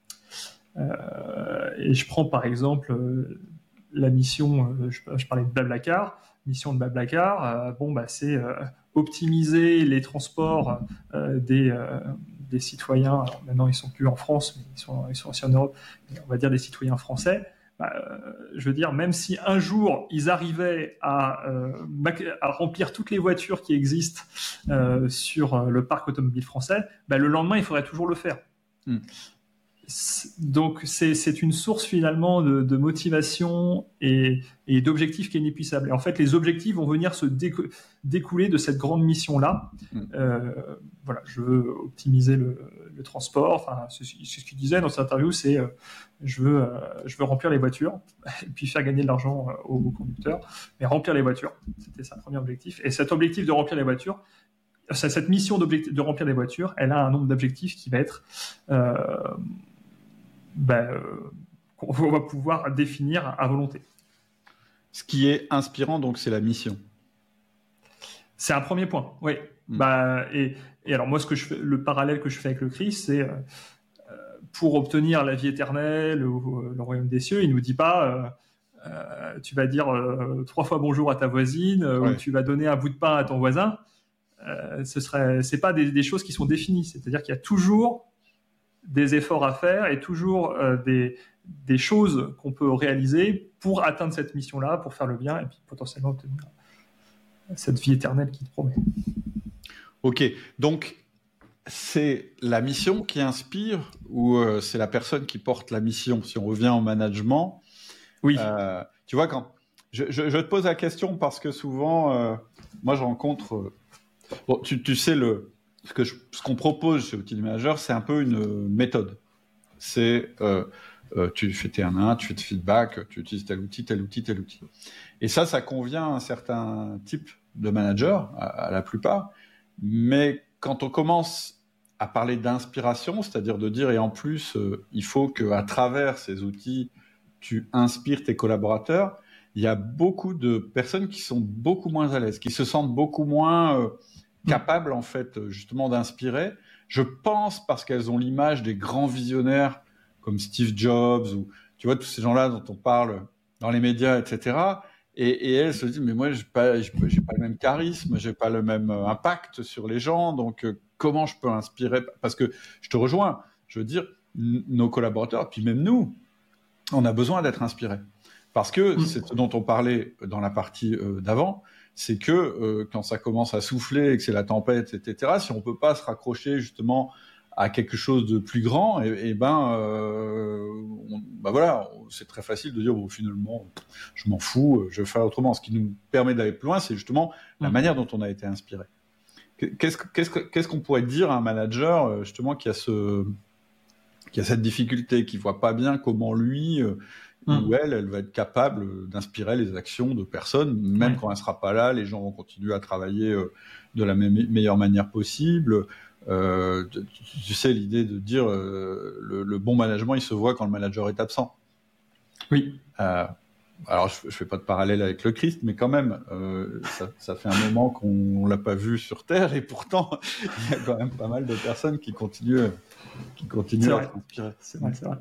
Euh, et je prends par exemple euh, la mission, euh, je, je parlais de Blablacar, mission de Blablacar, euh, bon, bah, c'est euh, optimiser les transports euh, des, euh, des citoyens. Alors maintenant, ils ne sont plus en France, mais ils sont, ils sont aussi en Europe, on va dire des citoyens français. Bah, euh, je veux dire, même si un jour ils arrivaient à, euh, à remplir toutes les voitures qui existent euh, sur le parc automobile français, bah, le lendemain il faudrait toujours le faire. Mm. Donc c'est, c'est une source finalement de, de motivation et, et d'objectifs qui est inépuisable. Et en fait, les objectifs vont venir se décou- découler de cette grande mission-là. Mm. Euh, voilà, je veux optimiser le, le transport. Enfin, c'est, c'est ce qu'il disait dans cette interview, c'est euh, je veux, euh, je veux remplir les voitures et puis faire gagner de l'argent euh, aux, aux conducteurs, mais remplir les voitures, c'était son premier objectif. Et cet objectif de remplir les voitures, cette mission de remplir les voitures, elle a un nombre d'objectifs qui va être euh, ben, euh, qu'on va pouvoir définir à volonté. Ce qui est inspirant, donc, c'est la mission. C'est un premier point, oui. Mmh. Bah, et, et alors moi, ce que je fais, le parallèle que je fais avec le Christ, c'est euh, pour obtenir la vie éternelle ou le royaume des cieux, il nous dit pas euh, euh, tu vas dire euh, trois fois bonjour à ta voisine, ouais. ou tu vas donner un bout de pain à ton voisin. euh, ce serait, c'est pas des, des choses qui sont définies. C'est-à-dire qu'il y a toujours des efforts à faire et toujours euh, des, des choses qu'on peut réaliser pour atteindre cette mission-là, pour faire le bien et puis potentiellement obtenir cette vie éternelle qui te promet. Ok, donc c'est la mission qui inspire ou euh, c'est la personne qui porte la mission? Si on revient au management, oui. Euh, tu vois, quand je, je, je te pose la question parce que souvent, euh, moi je rencontre, euh, bon, tu, tu sais le ce que je, ce qu'on propose chez Outil Manager, c'est un peu une méthode. C'est euh, euh, tu fais T un un, tu fais de feedback, tu utilises tel outil, tel outil, tel outil. Et ça, ça convient à un certain type de manager, à, à la plupart. Mais quand on commence à parler d'inspiration, c'est-à-dire de dire, et en plus, euh, il faut qu'à travers ces outils, tu inspires tes collaborateurs, il y a beaucoup de personnes qui sont beaucoup moins à l'aise, qui se sentent beaucoup moins euh, capables, en fait, justement, d'inspirer. Je pense parce qu'elles ont l'image des grands visionnaires comme Steve Jobs ou, tu vois, tous ces gens-là dont on parle dans les médias, et cetera. Et, et elles se disent, mais moi, j'ai pas, j'ai pas le même charisme, j'ai pas le même impact sur les gens, donc euh, comment je peux inspirer? Parce que je te rejoins, je veux dire, n- nos collaborateurs, puis même nous, on a besoin d'être inspirés. Parce que mmh. c'est ce dont on parlait dans la partie euh, d'avant, c'est que euh, quand ça commence à souffler et que c'est la tempête, et cetera, si on ne peut pas se raccrocher justement à quelque chose de plus grand, et, et ben, euh, on, ben voilà, c'est très facile de dire bon, finalement, je m'en fous, je vais faire autrement. Ce qui nous permet d'aller plus loin, c'est justement mmh. la manière dont on a été inspiré. Qu'est-ce, qu'est-ce, qu'est-ce qu'on pourrait dire à un manager justement qui a ce qui a cette difficulté, qui voit pas bien comment lui euh, mmh. ou elle, elle va être capable d'inspirer les actions de personnes, même oui. quand elle sera pas là, les gens vont continuer à travailler euh, de la me- meilleure manière possible. Euh, tu, tu sais, l'idée de dire euh, le, le bon management, il se voit quand le manager est absent. Oui. Euh, alors, je, je fais pas de parallèle avec le Christ, mais quand même, euh, ça, ça fait un moment qu'on l'a pas vu sur Terre, et pourtant, il y a quand même pas mal de personnes qui continuent, qui continuent à s'inspirer. C'est vrai, c'est vrai.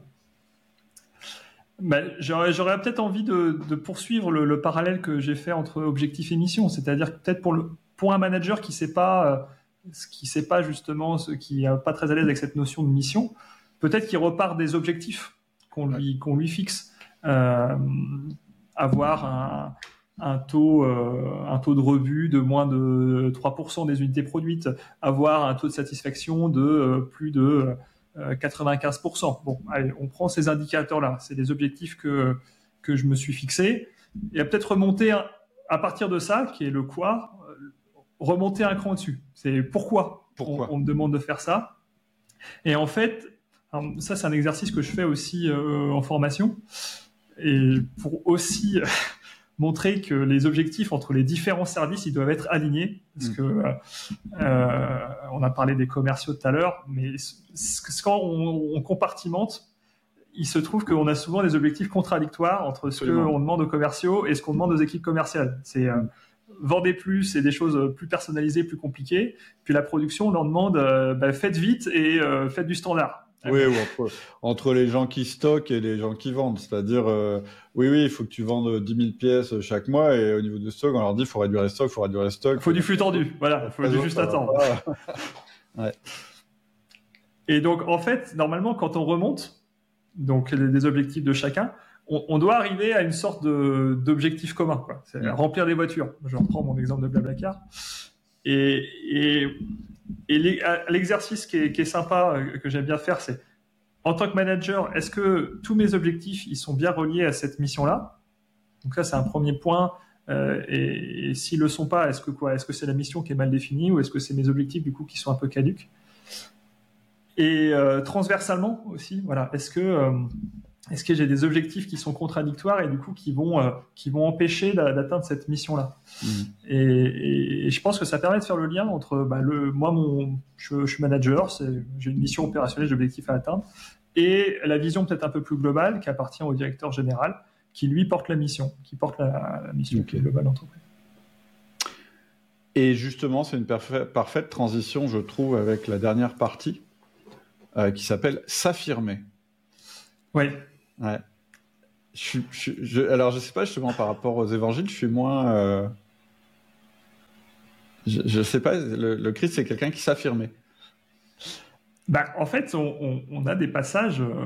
Ben, j'aurais, j'aurais peut-être envie de, de poursuivre le, le parallèle que j'ai fait entre objectif et mission, c'est-à-dire que peut-être pour le pour un manager qui sait pas, euh, qui sait pas justement, ce qui est pas très à l'aise avec cette notion de mission, peut-être qu'il repart des objectifs qu'on lui ouais. qu'on lui fixe. Euh, avoir un, un, taux, euh, un taux de rebut de moins de trois pour cent des unités produites, avoir un taux de satisfaction de euh, plus de euh, quatre-vingt-quinze pour cent. Bon, allez, on prend ces indicateurs-là. C'est les objectifs que, que je me suis fixés. Et à peut-être remonter à, à partir de ça, qui est le quoi, remonter un cran au-dessus. C'est pourquoi, pourquoi on, on me demande de faire ça. Et en fait, alors ça, c'est un exercice que je fais aussi euh, en formation. Et pour aussi montrer que les objectifs entre les différents services, ils doivent être alignés. Parce mmh. que euh, on a parlé des commerciaux tout à l'heure, mais quand on, on compartimente, il se trouve qu'on a souvent des objectifs contradictoires entre ce Absolument. qu'on demande aux commerciaux et ce qu'on demande aux équipes commerciales. C'est euh, vendez plus et des choses plus personnalisées, plus compliquées. Puis la production, on leur demande euh, bah, faites vite et euh, faites du standard. Oui, ou entre, entre les gens qui stockent et les gens qui vendent. C'est-à-dire, euh, oui, oui, il faut que tu vendes dix mille pièces chaque mois et au niveau du stock, on leur dit il faut réduire les stocks, il faut réduire les stocks. Il faut du flux tendu, voilà, il faut du juste attendre. Ouais. Et donc, en fait, normalement, quand on remonte donc les, les objectifs de chacun, on, on doit arriver à une sorte de, d'objectif commun, quoi. C'est mmh. remplir des voitures. Je reprends mon exemple de Blablacar. Et, et, et l'exercice qui est, qui est sympa, que j'aime bien faire, c'est en tant que manager, est-ce que tous mes objectifs ils sont bien reliés à cette mission-là? Donc ça, c'est un premier point. Euh, et, et s'ils le sont pas, est-ce que quoi? Est-ce que c'est la mission qui est mal définie ou est-ce que c'est mes objectifs du coup qui sont un peu caduques? Et euh, transversalement aussi, voilà. Est-ce que euh, est-ce que j'ai des objectifs qui sont contradictoires et du coup qui vont euh, qui vont empêcher d'atteindre cette mission-là? Mmh. Et, et, et je pense que ça permet de faire le lien entre bah, le moi mon je, je suis manager, c'est, j'ai une mission opérationnelle, d'objectifs à atteindre, et la vision peut-être un peu plus globale qui appartient au directeur général, qui lui porte la mission, qui porte la, la mission okay. globale d'entreprise. Et justement, c'est une parfait, parfaite transition, je trouve, avec la dernière partie euh, qui s'appelle s'affirmer. Oui. Ouais. Je, je, je, alors, je sais pas, justement, par rapport aux évangiles, je suis moins... Euh... Je ne sais pas, le, le Christ, c'est quelqu'un qui s'affirmait. Bah, en fait, on, on, on a des passages euh,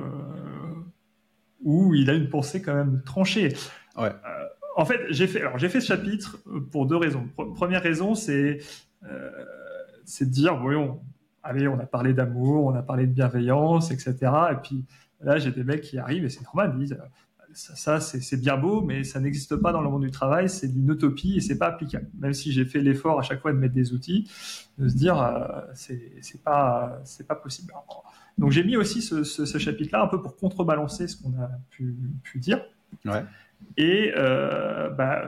où il a une pensée quand même tranchée. Ouais. Euh, en fait, j'ai fait, alors, j'ai fait ce chapitre pour deux raisons. Première raison, c'est, euh, c'est de dire, voyons, allez, on a parlé d'amour, on a parlé de bienveillance, et cetera. Et puis là, j'ai des mecs qui arrivent, et c'est normal, ils disent, ça, ça c'est, c'est bien beau, mais ça n'existe pas dans le monde du travail, c'est d'une utopie et c'est pas applicable. Même si j'ai fait l'effort à chaque fois de mettre des outils, de se dire, euh, c'est, c'est pas, c'est pas possible. Alors, donc j'ai mis aussi ce, ce, ce chapitre-là un peu pour contrebalancer ce qu'on a pu, pu dire. Ouais. Et, euh, bah,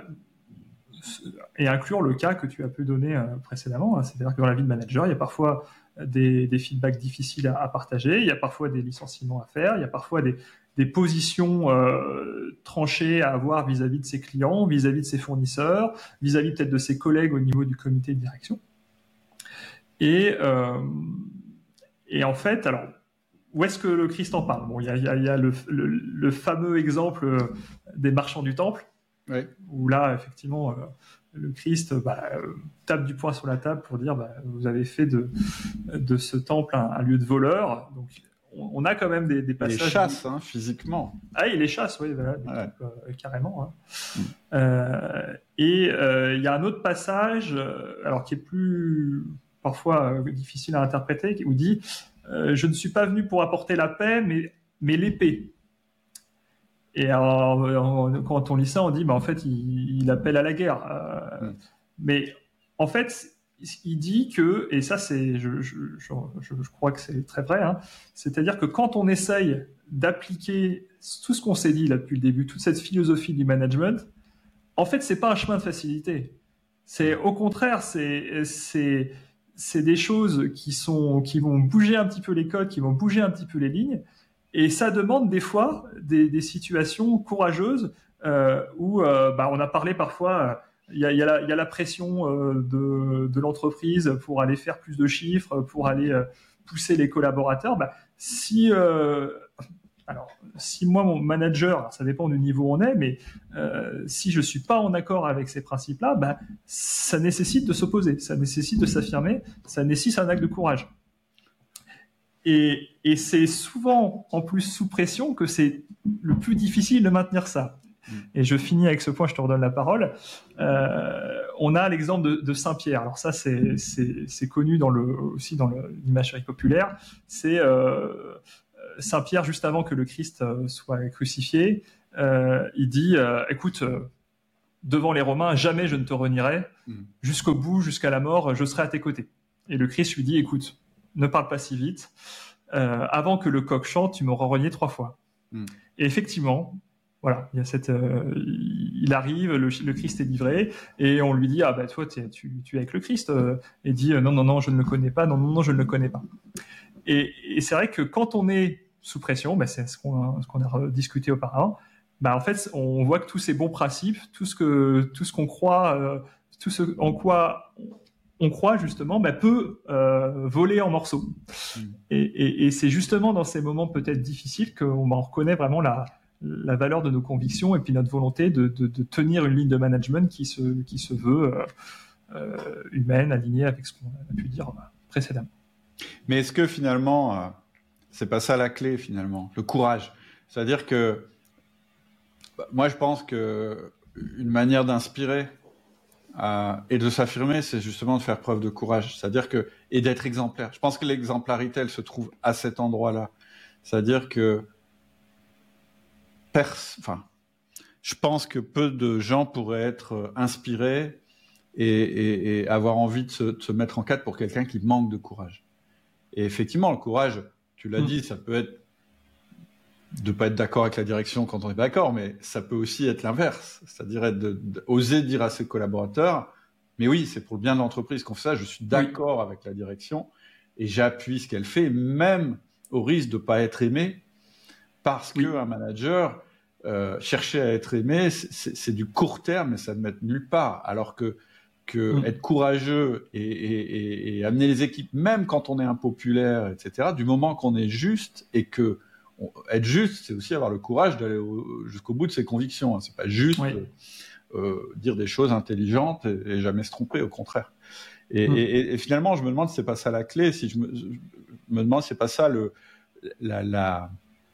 et inclure le cas que tu as pu donner euh, précédemment. Hein. C'est-à-dire que dans la vie de manager, il y a parfois des, des feedbacks difficiles à, à partager, il y a parfois des licenciements à faire, il y a parfois des, des positions euh, tranchées à avoir vis-à-vis de ses clients, vis-à-vis de ses fournisseurs, vis-à-vis peut-être de ses collègues au niveau du comité de direction. Et, euh, et en fait, alors, où est-ce que le Christ en parle? Bon, il y a, il y a, il y a le, le, le fameux exemple des marchands du temple, oui. Où là, effectivement, euh, le Christ bah, euh, tape du poing sur la table pour dire bah, vous avez fait de, de ce temple un, un lieu de voleurs. Donc, on, on a quand même des, des passages. Il les chasse, hein, physiquement. Ah, il les chasse, oui, voilà, ouais. euh, carrément. Hein. Mm. Euh, et euh, il y a un autre passage, euh, alors qui est plus parfois euh, difficile à interpréter, où il dit euh, je ne suis pas venu pour apporter la paix, mais, mais l'épée. Et alors, quand on lit ça, on dit, bah, en fait, il, il appelle à la guerre. Euh, mm. Mais en fait, il dit que, et ça, c'est, je, je, je, je crois que c'est très vrai, hein, c'est-à-dire que quand on essaye d'appliquer tout ce qu'on s'est dit là depuis le début, toute cette philosophie du management, en fait, c'est pas un chemin de facilité. C'est au contraire, c'est, c'est, c'est des choses qui sont, qui vont bouger un petit peu les codes, qui vont bouger un petit peu les lignes. Et ça demande des fois des, des situations courageuses euh, où euh, bah, on a parlé parfois, il y a, y a, la, y a la pression euh, de, de l'entreprise pour aller faire plus de chiffres, pour aller euh, pousser les collaborateurs. Bah, si, euh, alors, si moi, mon manager, alors ça dépend du niveau où on est, mais euh, si je ne suis pas en accord avec ces principes-là, bah, ça nécessite de s'opposer, ça nécessite de s'affirmer, ça nécessite un acte de courage. Et, et c'est souvent, en plus, sous pression que c'est le plus difficile de maintenir ça. Et je finis avec ce point, je te redonne la parole. Euh, on a l'exemple de, de Saint-Pierre. Alors ça, c'est, c'est, c'est connu dans le, aussi dans le, l'imagerie populaire. C'est euh, Saint-Pierre, juste avant que le Christ soit crucifié, euh, il dit euh, « Écoute, euh, devant les Romains, jamais je ne te renierai. Jusqu'au bout, jusqu'à la mort, je serai à tes côtés. » Et le Christ lui dit « Écoute, ne parle pas si vite. Euh, avant que le coq chante, tu m'auras renié trois fois. Mm. » Et effectivement, voilà, il y a cette, euh, il arrive, le, le Christ est livré, et on lui dit ah bah toi tu, tu es avec le Christ, euh, et dit non non non je ne le connais pas, non non non je ne le connais pas. Et, et c'est vrai que quand on est sous pression, bah, c'est ce qu'on a, ce qu'on a discuté auparavant. Bah en fait on voit que tous ces bons principes, tout ce que tout ce qu'on croit, euh, tout ce en quoi on croit justement, bah, peut euh, voler en morceaux. Mmh. Et, et, et c'est justement dans ces moments peut-être difficiles qu'on bah, reconnaît vraiment la, la valeur de nos convictions et puis notre volonté de, de, de tenir une ligne de management qui se, qui se veut euh, euh, humaine, alignée avec ce qu'on a pu dire bah, précédemment. Mais est-ce que finalement, euh, c'est pas ça la clé finalement, le courage? C'est-à-dire que bah, moi je pense que une manière d'inspirer Euh, et de s'affirmer, c'est justement de faire preuve de courage, c'est-à-dire que et d'être exemplaire. Je pense que l'exemplarité, elle se trouve à cet endroit-là, c'est-à-dire que, pers- enfin, je pense que peu de gens pourraient être inspirés et, et, et avoir envie de se, de se mettre en cadre pour quelqu'un qui manque de courage. Et effectivement, le courage, tu l'as mmh. dit, ça peut être de pas être d'accord avec la direction quand on n'est pas d'accord, mais ça peut aussi être l'inverse, c'est-à-dire être de, de, oser dire à ses collaborateurs, mais oui, c'est pour le bien de l'entreprise qu'on fait ça, je suis d'accord oui. avec la direction et j'appuie ce qu'elle fait, même au risque de pas être aimé, parce oui. qu'un manager, euh, chercher à être aimé, c'est, c'est, c'est du court terme et ça ne mène nulle part, alors que, que mmh. être courageux et, et, et, et amener les équipes, même quand on est impopulaire, et cetera, du moment qu'on est juste et que On, être juste, c'est aussi avoir le courage d'aller au, jusqu'au bout de ses convictions. Hein. C'est pas juste oui. euh, euh, dire des choses intelligentes et, et jamais se tromper, au contraire. Et, mmh. et, et finalement, je me demande si c'est pas ça la clé. Si je me, je me demande si c'est pas ça le, la, la,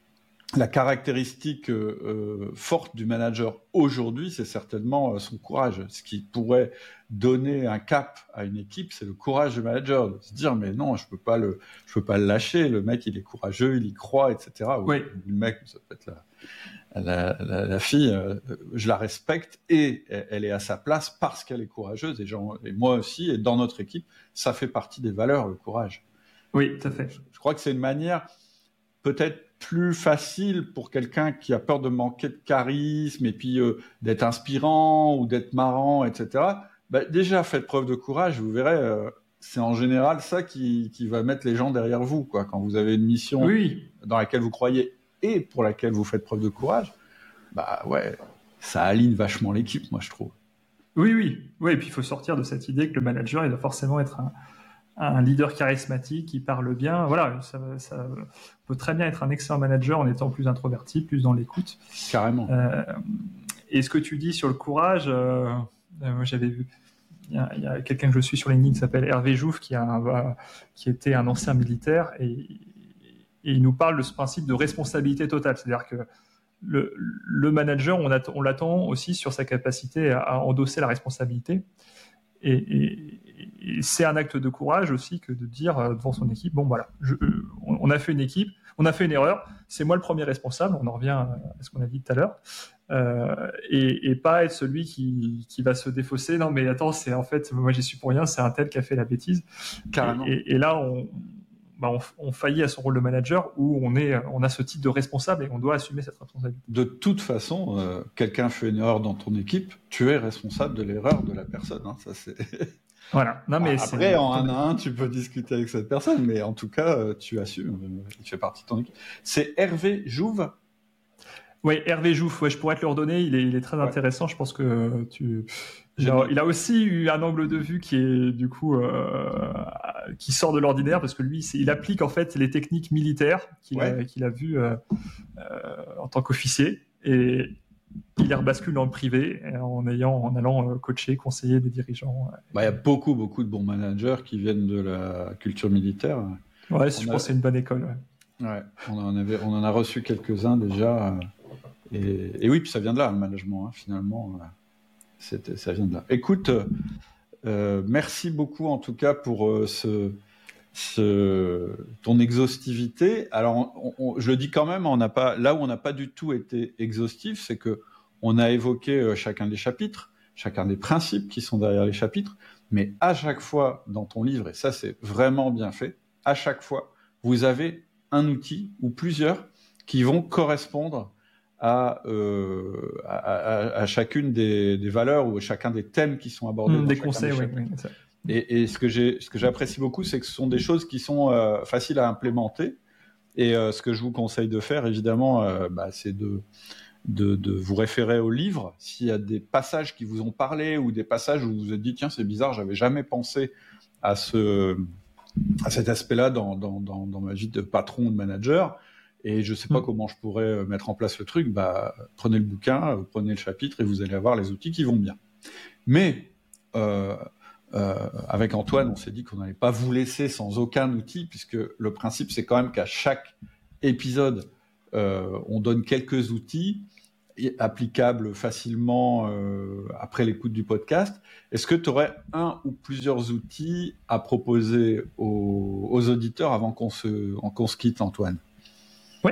la caractéristique euh, forte du manager aujourd'hui, c'est certainement son courage. Ce qui pourrait donner un cap à une équipe, c'est le courage du manager, de se dire mais non, je peux pas le, je peux pas le lâcher. Le mec, il est courageux, il y croit, et cetera. Oui. Ou le mec, ça peut être la, la, la, la fille, euh, je la respecte et elle est à sa place parce qu'elle est courageuse. Et, genre, et moi aussi, et dans notre équipe, ça fait partie des valeurs, le courage. Oui, tout à fait. Je, je crois que c'est une manière peut-être plus facile pour quelqu'un qui a peur de manquer de charisme et puis euh, d'être inspirant ou d'être marrant, et cetera. Bah, déjà, faites preuve de courage, vous verrez, euh, c'est en général ça qui, qui va mettre les gens derrière vous, quoi. Quand vous avez une mission oui. dans laquelle vous croyez et pour laquelle vous faites preuve de courage, bah ouais, ça aligne vachement l'équipe, moi je trouve. Oui, oui, oui. Et puis il faut sortir de cette idée que le manager, il doit forcément être un un leader charismatique qui parle bien. Voilà, ça, ça peut très bien être un excellent manager en étant plus introverti, plus dans l'écoute. Carrément. Euh, et ce que tu dis sur le courage, euh, euh, moi j'avais vu, il y a, il y a quelqu'un que je suis sur LinkedIn qui s'appelle Hervé Jouve, qui, a un, euh, qui était un ancien militaire, et, et il nous parle de ce principe de responsabilité totale. C'est-à-dire que le, le manager, on, attend, on l'attend aussi sur sa capacité à, à endosser la responsabilité. Et, et, et c'est un acte de courage aussi que de dire euh, devant son équipe, bon voilà, je, euh, on, on a fait une équipe, on a fait une erreur, c'est moi le premier responsable, on en revient à ce qu'on a dit tout à l'heure, euh, et, et pas être celui qui, qui va se défausser, non mais attends, c'est en fait, moi j'y suis pour rien, c'est un tel qui a fait la bêtise. Carrément. Et, et, et là, on, bah on, on faillit à son rôle de manager où on, est, on a ce titre de responsable et on doit assumer cette responsabilité. De toute façon, euh, quelqu'un fait une erreur dans ton équipe, tu es responsable de l'erreur de la personne. Hein, ça, c'est... Voilà. Non, mais Après, c'est... en un à un, tu peux discuter avec cette personne, mais en tout cas, euh, tu assumes. Euh, il fait partie de ton équipe. C'est Hervé Jouve. Oui, Hervé Jouve, ouais, je pourrais te le redonner, il est, il est très ouais. intéressant, je pense que tu... Il a, il a aussi eu un angle de vue qui est du coup euh, qui sort de l'ordinaire parce que lui, c'est, il applique en fait les techniques militaires qu'il, ouais. a, qu'il a vues euh, euh, en tant qu'officier et il les rebascule dans le privé en ayant, en allant coacher, conseiller des dirigeants. Bah, il y a beaucoup, beaucoup de bons managers qui viennent de la culture militaire. Ouais, je pense que c'est une bonne école. Ouais. Ouais, on en avait, on en a reçu quelques-uns déjà. Et, et oui, puis ça vient de là, le management, hein, finalement. C'était, ça vient de là. Écoute, euh, merci beaucoup en tout cas pour euh, ce, ce, ton exhaustivité. Alors, on, on, je le dis quand même, on n'a pas, là où on n'a pas du tout été exhaustif, c'est que on a évoqué euh, chacun des chapitres, chacun des principes qui sont derrière les chapitres, mais à chaque fois dans ton livre, et ça c'est vraiment bien fait, à chaque fois, vous avez un outil ou plusieurs qui vont correspondre À, euh, à, à, à chacune des, des valeurs ou à chacun des thèmes qui sont abordés. Mmh, des conseils, des oui, oui. Et, et ce que j'ai, ce que j'apprécie beaucoup, c'est que ce sont des choses qui sont euh, faciles à implémenter. Et euh, ce que je vous conseille de faire, évidemment, euh, bah, c'est de, de, de vous référer au livre. S'il y a des passages qui vous ont parlé ou des passages où vous vous êtes dit, tiens, c'est bizarre, j'avais jamais pensé à ce, à cet aspect-là dans, dans, dans, dans ma vie de patron ou de manager. Et je ne sais pas mmh. comment je pourrais mettre en place le truc, bah, prenez le bouquin, prenez le chapitre et vous allez avoir les outils qui vont bien. Mais euh, euh, avec Antoine, on s'est dit qu'on n'allait pas vous laisser sans aucun outil, puisque le principe, c'est quand même qu'à chaque épisode, euh, on donne quelques outils applicables facilement euh, après l'écoute du podcast. Est-ce que tu aurais un ou plusieurs outils à proposer aux, aux auditeurs avant qu'on se, qu'on se quitte, Antoine ? Oui.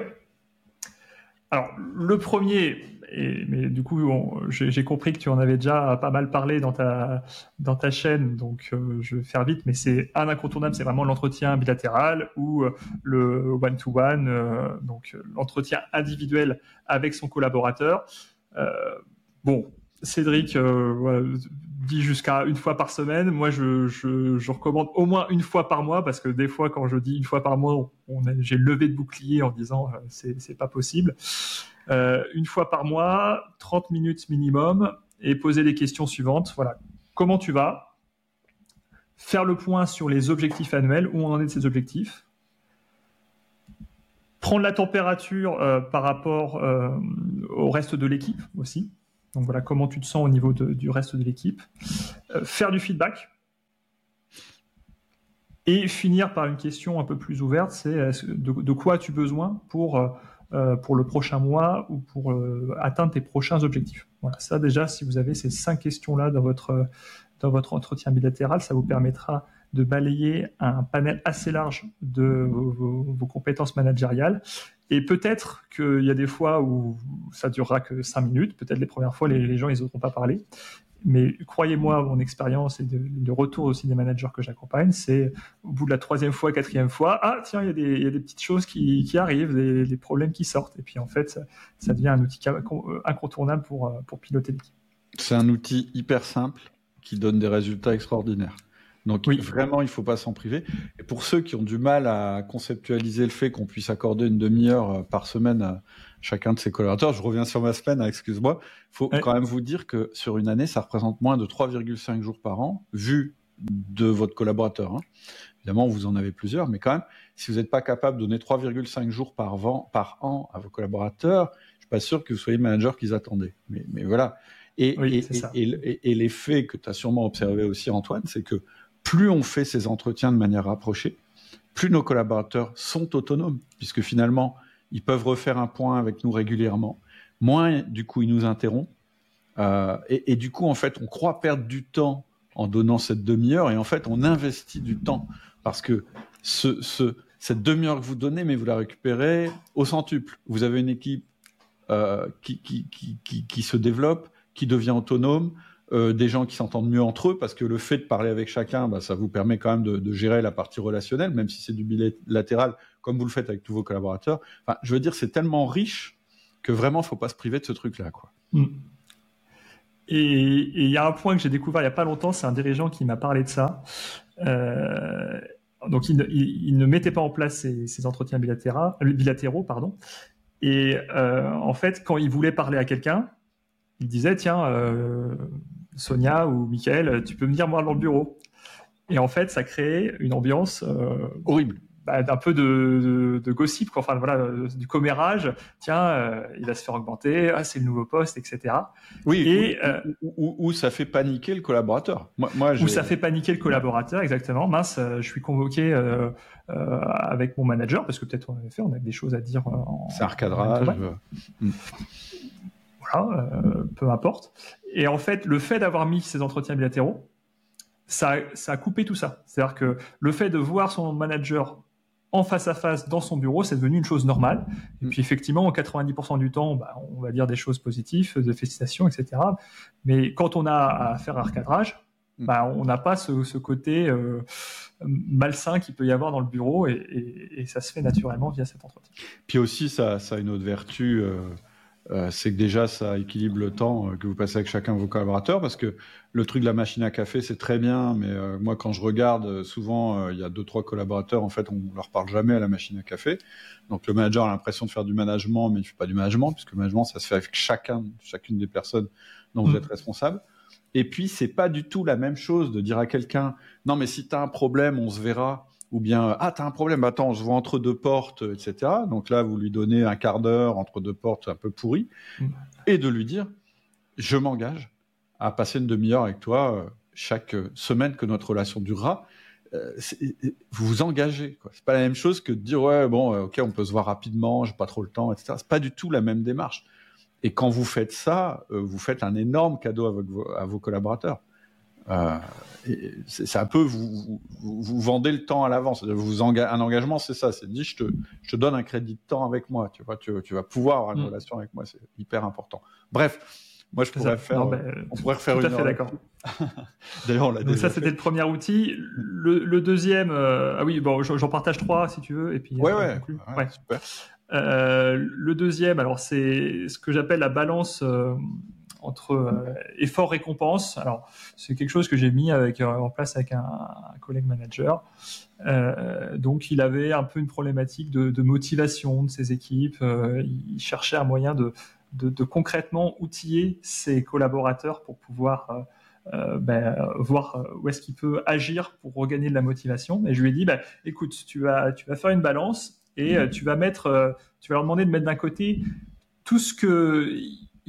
Alors, le premier, et, mais du coup, on, j'ai, j'ai compris que tu en avais déjà pas mal parlé dans ta, dans ta chaîne, donc euh, je vais faire vite, mais c'est un incontournable, c'est vraiment l'entretien bilatéral ou euh, le one-to-one, euh, donc l'entretien individuel avec son collaborateur. Euh, bon, Cédric euh, voilà, dit jusqu'à une fois par semaine. Moi, je, je, je recommande au moins une fois par mois parce que des fois, quand je dis une fois par mois, on a, j'ai levé de bouclier en disant euh, c'est, c'est pas possible. Euh, une fois par mois, trente minutes minimum et poser les questions suivantes. Voilà, comment tu vas ? Faire le point sur les objectifs annuels, où on en est de ces objectifs. Prendre la température euh, par rapport euh, au reste de l'équipe aussi. Donc voilà, comment tu te sens au niveau de, du reste de l'équipe. Euh, faire du feedback. Et finir par une question un peu plus ouverte, c'est de, de quoi as-tu besoin pour, euh, pour le prochain mois ou pour euh, atteindre tes prochains objectifs. Voilà, ça déjà, si vous avez ces cinq questions-là dans votre, dans votre entretien bilatéral, ça vous permettra de balayer un panel assez large de vos, vos, vos compétences managériales. Et peut-être qu'il y a des fois où ça durera que cinq minutes, peut-être les premières fois, les, les gens, ils n'oseront pas parler. Mais croyez-moi, mon expérience et de, le retour aussi des managers que j'accompagne, c'est au bout de la troisième fois, quatrième fois, ah tiens, il y a des, il y a des petites choses qui, qui arrivent, des, des problèmes qui sortent. Et puis en fait, ça, ça devient un outil incontournable pour, pour piloter l'équipe. C'est un outil hyper simple qui donne des résultats extraordinaires. Donc oui. Vraiment, il ne faut pas s'en priver. Et pour ceux qui ont du mal à conceptualiser le fait qu'on puisse accorder une demi-heure par semaine à chacun de ses collaborateurs, je reviens sur ma semaine, excuse-moi, il faut ouais. quand même vous dire que sur une année, ça représente moins de trois virgule cinq jours par an, vu de votre collaborateur. Hein. Évidemment, vous en avez plusieurs, mais quand même, si vous n'êtes pas capable de donner trois virgule cinq jours par, vent, par an à vos collaborateurs, je ne suis pas sûr que vous soyez le manager qu'ils attendaient. Mais, mais voilà. Et, oui, et, et, et, et, et l'effet que tu as sûrement observé aussi, Antoine, c'est que plus on fait ces entretiens de manière rapprochée, plus nos collaborateurs sont autonomes, puisque finalement, ils peuvent refaire un point avec nous régulièrement. Moins, du coup, ils nous interrompent. Euh, et, et du coup, en fait, on croit perdre du temps en donnant cette demi-heure, et en fait, on investit du temps, parce que ce, ce, cette demi-heure que vous donnez, mais vous la récupérez au centuple. Vous avez une équipe euh, qui, qui, qui, qui, qui se développe, qui devient autonome, Euh, des gens qui s'entendent mieux entre eux, parce que le fait de parler avec chacun, bah, ça vous permet quand même de, de gérer la partie relationnelle, même si c'est du bilatéral, comme vous le faites avec tous vos collaborateurs. Enfin, je veux dire, c'est tellement riche que vraiment, il ne faut pas se priver de ce truc-là, quoi. Mmh. Et il y a un point que j'ai découvert il n'y a pas longtemps, c'est un dirigeant qui m'a parlé de ça. Euh, donc, il, il, il ne mettait pas en place ces, ces entretiens bilatéraux, bilatéraux pardon. Et euh, en fait, quand il voulait parler à quelqu'un, il disait, tiens, euh, Sonia ou Mickaël, tu peux venir me voir dans le bureau. Et en fait, ça créait une ambiance euh, horrible, bah, d'un peu de, de, de gossip, quoi. Enfin voilà, du commérage. Tiens, euh, il va se faire augmenter, ah, c'est le nouveau poste, et cetera. Oui, et où, euh, où, où, où ça fait paniquer le collaborateur. Moi, moi, où ça fait paniquer le collaborateur, exactement. Mince, je suis convoqué euh, euh, avec mon manager, parce que peut-être en effet, on a des choses à dire. En, c'est un recadrage. Mmh. Voilà, euh, peu importe. Et en fait, le fait d'avoir mis ces entretiens bilatéraux, ça, ça a coupé tout ça. C'est-à-dire que le fait de voir son manager en face à face dans son bureau, c'est devenu une chose normale. Et puis effectivement, en quatre-vingt-dix pour cent du temps, bah, on va dire des choses positives, des félicitations, et cetera. Mais quand on a à faire un recadrage, bah, on n'a pas ce, ce côté euh, malsain qu'il peut y avoir dans le bureau, et, et, et ça se fait naturellement via cet entretien. Puis aussi, ça, ça a une autre vertu. Euh... Euh, c'est que déjà, ça équilibre le temps euh, que vous passez avec chacun de vos collaborateurs, parce que le truc de la machine à café, c'est très bien, mais euh, moi, quand je regarde, euh, souvent, il euh, y a deux, trois collaborateurs, en fait, on leur parle jamais à la machine à café. Donc, le manager a l'impression de faire du management, mais il ne fait pas du management, puisque le management, ça se fait avec chacun, chacune des personnes dont vous mmh. êtes responsable. Et puis, c'est pas du tout la même chose de dire à quelqu'un, non, mais si tu as un problème, on se verra. Ou bien, ah, t'as un problème, attends, on se voit entre deux portes, et cetera. Donc là, vous lui donnez un quart d'heure entre deux portes un peu pourries, mmh. et de lui dire, je m'engage à passer une demi-heure avec toi euh, chaque semaine que notre relation durera. Euh, vous vous engagez, quoi. C'est pas la même chose que de dire, ouais, bon, euh, ok, on peut se voir rapidement, j'ai pas trop le temps, et cetera. C'est pas du tout la même démarche. Et quand vous faites ça, euh, vous faites un énorme cadeau à vos, à vos collaborateurs. Euh, et c'est, c'est un peu vous, vous, vous vendez le temps à l'avance. Vous enga- un engagement, c'est ça. C'est dit, je te, je te donne un crédit de temps avec moi. Tu vois, tu, tu vas pouvoir avoir une mmh. relation avec moi. C'est hyper important. Bref, moi je pourrais faire. Non, ben, on pourrait refaire tout une. Tout à fait d'accord. D'ailleurs, on l'a Donc déjà ça, c'était fait. le premier outil. Le, le deuxième, euh, ah oui, bon, j'en partage trois si tu veux, et puis. Ouais, ouais, ouais, ouais. super. Euh, le deuxième, alors c'est ce que j'appelle la balance. Euh, entre euh, effort récompense. Alors c'est quelque chose que j'ai mis avec, euh, en place avec un, un collègue manager. Euh, donc il avait un peu une problématique de, de motivation de ses équipes. Euh, il cherchait un moyen de, de, de concrètement outiller ses collaborateurs pour pouvoir euh, euh, ben, voir où est-ce qu'il peut agir pour regagner de la motivation. Et je lui ai dit, ben, écoute, tu vas, tu vas faire une balance et euh, tu vas mettre, euh, tu vas leur demander de mettre d'un côté tout ce que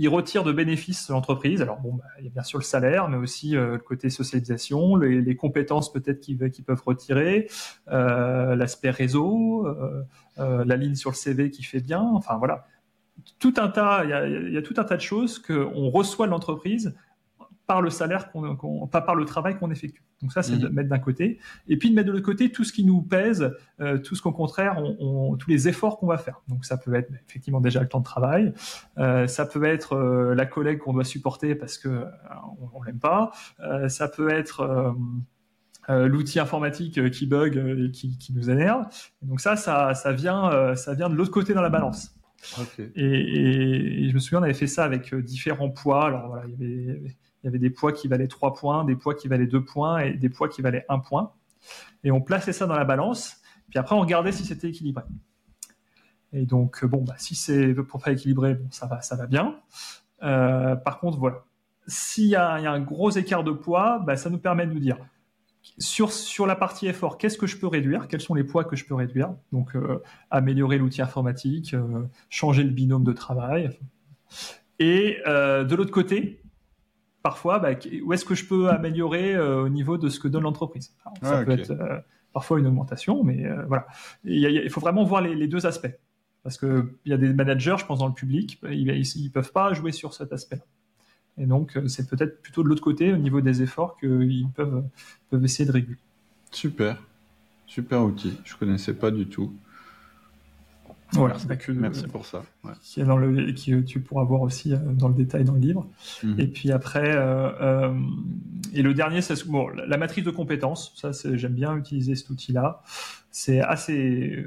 il retire de bénéfices de l'entreprise. Alors bon, bah, il y a bien sûr le salaire, mais aussi euh, le côté socialisation, les, les compétences peut-être qu'ils, qu'ils peuvent retirer, euh, l'aspect réseau, euh, euh, la ligne sur le C V qui fait bien. Enfin voilà, tout un tas, il y a, il y a tout un tas de choses qu'on reçoit de l'entreprise par le salaire, qu'on, qu'on, pas par le travail qu'on effectue. Donc ça, c'est mmh. de mettre d'un côté. Et puis de mettre de l'autre côté tout ce qui nous pèse, euh, tout ce qu'au contraire, on, on, tous les efforts qu'on va faire. Donc ça peut être effectivement déjà le temps de travail, euh, ça peut être euh, la collègue qu'on doit supporter parce que euh, on, on l'aime pas, euh, ça peut être euh, euh, l'outil informatique qui bug et qui, qui nous énerve. Et donc ça, ça, ça vient, euh, ça vient de l'autre côté dans la balance. Okay. Et, et, et je me souviens, on avait fait ça avec différents poids. Alors voilà, il y avait Il y avait des poids qui valaient trois points, des poids qui valaient deux points et des poids qui valaient un point. Et on plaçait ça dans la balance. Puis après, on regardait si c'était équilibré. Et donc, bon, bah, si c'est pour pas équilibré, bon, ça va, ça va bien. Euh, par contre, voilà. S'il y a, il y a un gros écart de poids, bah, ça nous permet de nous dire, sur, sur la partie effort, qu'est-ce que je peux réduire? Quels sont les poids que je peux réduire? Donc, euh, améliorer l'outil informatique, euh, changer le binôme de travail. Et euh, de l'autre côté, parfois, bah, où est-ce que je peux améliorer euh, au niveau de ce que donne l'entreprise? Alors, ça ah, peut okay. être euh, parfois une augmentation, mais euh, voilà. Il, y a, il faut vraiment voir les, les deux aspects. Parce qu'il y a des managers, je pense, dans le public, ils ne peuvent pas jouer sur cet aspect-là. Et donc, c'est peut-être plutôt de l'autre côté, au niveau des efforts, qu'ils peuvent, peuvent essayer de réguler. Super. Super outil. Je ne connaissais pas du tout. Voilà, merci, bah que, merci pour ça. Ouais. Qui est dans le, qui tu pourras voir aussi dans le détail dans le livre. Mmh. Et puis après, euh, euh, et le dernier, c'est bon, la matrice de compétences. Ça, c'est, j'aime bien utiliser cet outil-là. C'est assez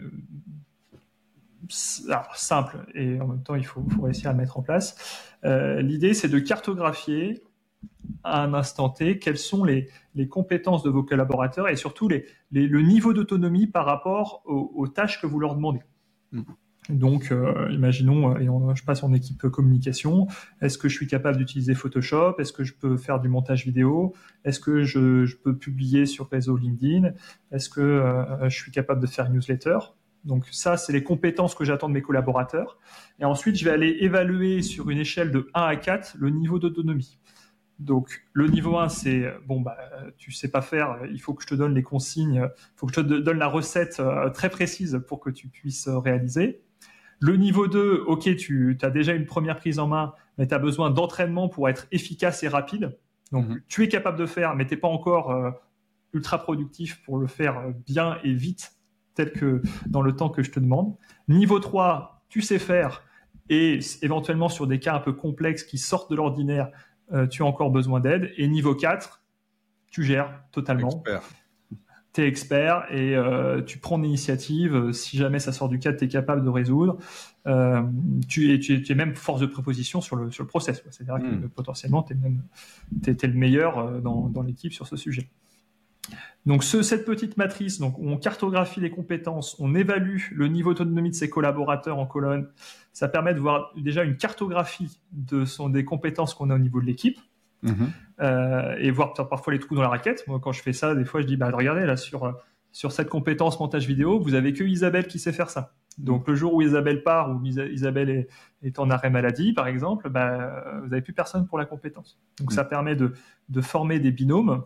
alors, simple et en même temps, il faut, faut réussir à le mettre en place. Euh, l'idée, c'est de cartographier à un instant T quelles sont les, les compétences de vos collaborateurs et surtout les, les, le niveau d'autonomie par rapport aux, aux tâches que vous leur demandez. Donc, euh, imaginons, et on, je passe en équipe communication, est-ce que je suis capable d'utiliser Photoshop? Est-ce que je peux faire du montage vidéo? Est-ce que je, je peux publier sur réseau LinkedIn? Est-ce que euh, je suis capable de faire une newsletter? Donc ça, c'est les compétences que j'attends de mes collaborateurs. Et ensuite, je vais aller évaluer sur une échelle de un à quatre le niveau d'autonomie. Donc, le niveau un, c'est, bon, bah, tu sais pas faire, il faut que je te donne les consignes, il faut que je te donne la recette euh, très précise pour que tu puisses réaliser. Le niveau deux, ok, tu as déjà une première prise en main, mais tu as besoin d'entraînement pour être efficace et rapide. Donc, mmh. tu es capable de faire, mais tu n'es pas encore euh, ultra productif pour le faire bien et vite, tel que dans le temps que je te demande. Niveau trois, tu sais faire, et éventuellement sur des cas un peu complexes qui sortent de l'ordinaire, Euh, tu as encore besoin d'aide. Et niveau quatre, tu gères totalement. Tu es expert et euh, tu prends l'initiative. Si jamais ça sort du cadre, tu es capable de résoudre. Euh, tu, es, tu, es, tu es même force de proposition sur le, sur le process. Quoi. C'est-à-dire mmh. que potentiellement, tu es le meilleur dans, dans l'équipe sur ce sujet. Donc ce, cette petite matrice, donc on cartographie les compétences, on évalue le niveau d'autonomie de ses collaborateurs en colonne. Ça permet de voir déjà une cartographie de son, des compétences qu'on a au niveau de l'équipe mmh. euh, et voir parfois les trous dans la raquette. Moi, quand je fais ça, des fois, je dis bah regardez là sur sur cette compétence montage vidéo, vous avez que Isabelle qui sait faire ça. Donc le jour où Isabelle part ou Isabelle est, est en arrêt maladie, par exemple, bah, vous n'avez plus personne pour la compétence. Donc mmh. ça permet de de former des binômes.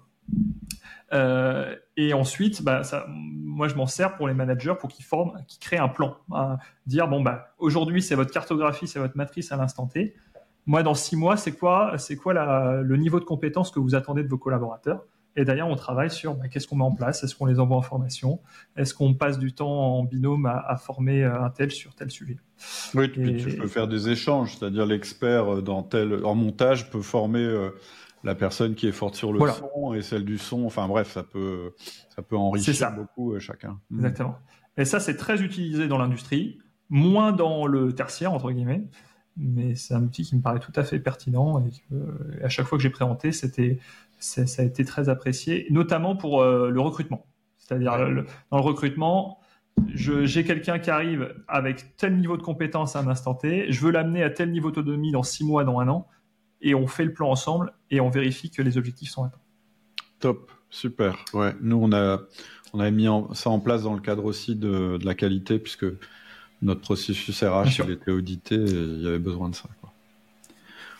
Euh, et ensuite, bah, ça, moi je m'en sers pour les managers pour qu'ils forment, qu'ils créent un plan, à dire bon bah aujourd'hui c'est votre cartographie, c'est votre matrice à l'instant T. Moi dans six mois c'est quoi, c'est quoi la, le niveau de compétence que vous attendez de vos collaborateurs. Et d'ailleurs on travaille sur bah, qu'est-ce qu'on met en place, est-ce qu'on les envoie en formation, est-ce qu'on passe du temps en binôme à, à former un tel sur tel sujet. Oui, et puis tu peux faire des échanges, c'est-à-dire l'expert dans tel en montage peut former euh, la personne qui est forte sur le voilà. son et celle du son. Enfin bref, ça peut, ça peut enrichir ça. beaucoup euh, chacun. Exactement. Et ça, c'est très utilisé dans l'industrie, moins dans le tertiaire, entre guillemets, mais c'est un outil qui me paraît tout à fait pertinent et que, euh, à chaque fois que j'ai présenté, c'était, ça a été très apprécié, notamment pour euh, le recrutement. C'est-à-dire, ouais. le, dans le recrutement, je, j'ai quelqu'un qui arrive avec tel niveau de compétence à un instant T, je veux l'amener à tel niveau d'autonomie dans six mois, dans un an, et on fait le plan ensemble et on vérifie que les objectifs sont atteints. Top, super. Ouais, nous on a on a mis en, ça en place dans le cadre aussi de, de la qualité puisque notre processus R H il était audité et il y avait besoin de ça. Quoi.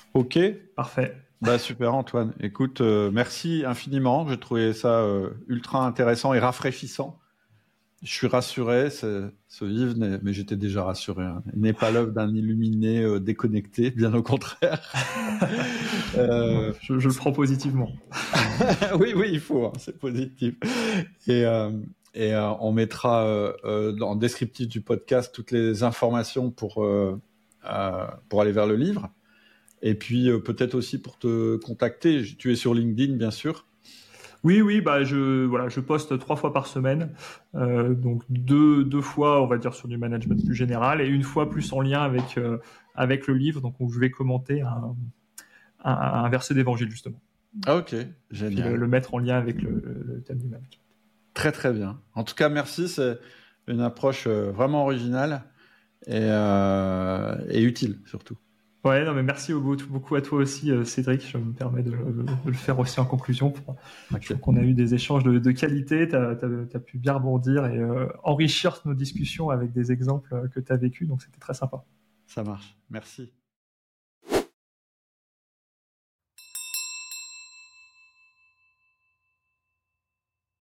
Ok. Parfait. Bah super Antoine. Écoute, euh, merci infiniment. J'ai trouvé ça euh, ultra intéressant et rafraîchissant. Je suis rassuré. Ce livre, mais j'étais déjà rassuré, hein, n'est pas l'œuvre d'un illuminé euh, déconnecté, bien au contraire. euh... je, je le prends positivement. oui, oui, il faut. Hein, c'est positif. Et, euh, et euh, on mettra euh, euh, dans le descriptif du podcast toutes les informations pour euh, euh, pour aller vers le livre. Et puis euh, peut-être aussi pour te contacter. Tu es sur LinkedIn, bien sûr. Oui, oui, bah je voilà, je poste trois fois par semaine, euh, donc deux deux fois, on va dire sur du management plus général, et une fois plus en lien avec euh, avec le livre, donc où je vais commenter un un, un verset d'évangile justement. Ah, ok, génial. Puis le, le mettre en lien avec le, le thème du management. Très très bien. En tout cas, merci, c'est une approche vraiment originale et, euh, et utile surtout. Ouais, non, mais merci beaucoup à toi aussi, Cédric. Je me permets de, de le faire aussi en conclusion. Pour, okay. Je trouve qu'on a eu des échanges de, de qualité. Tu as pu bien rebondir et euh, enrichir nos discussions avec des exemples que tu as vécus. Donc, c'était très sympa. Ça marche. Merci.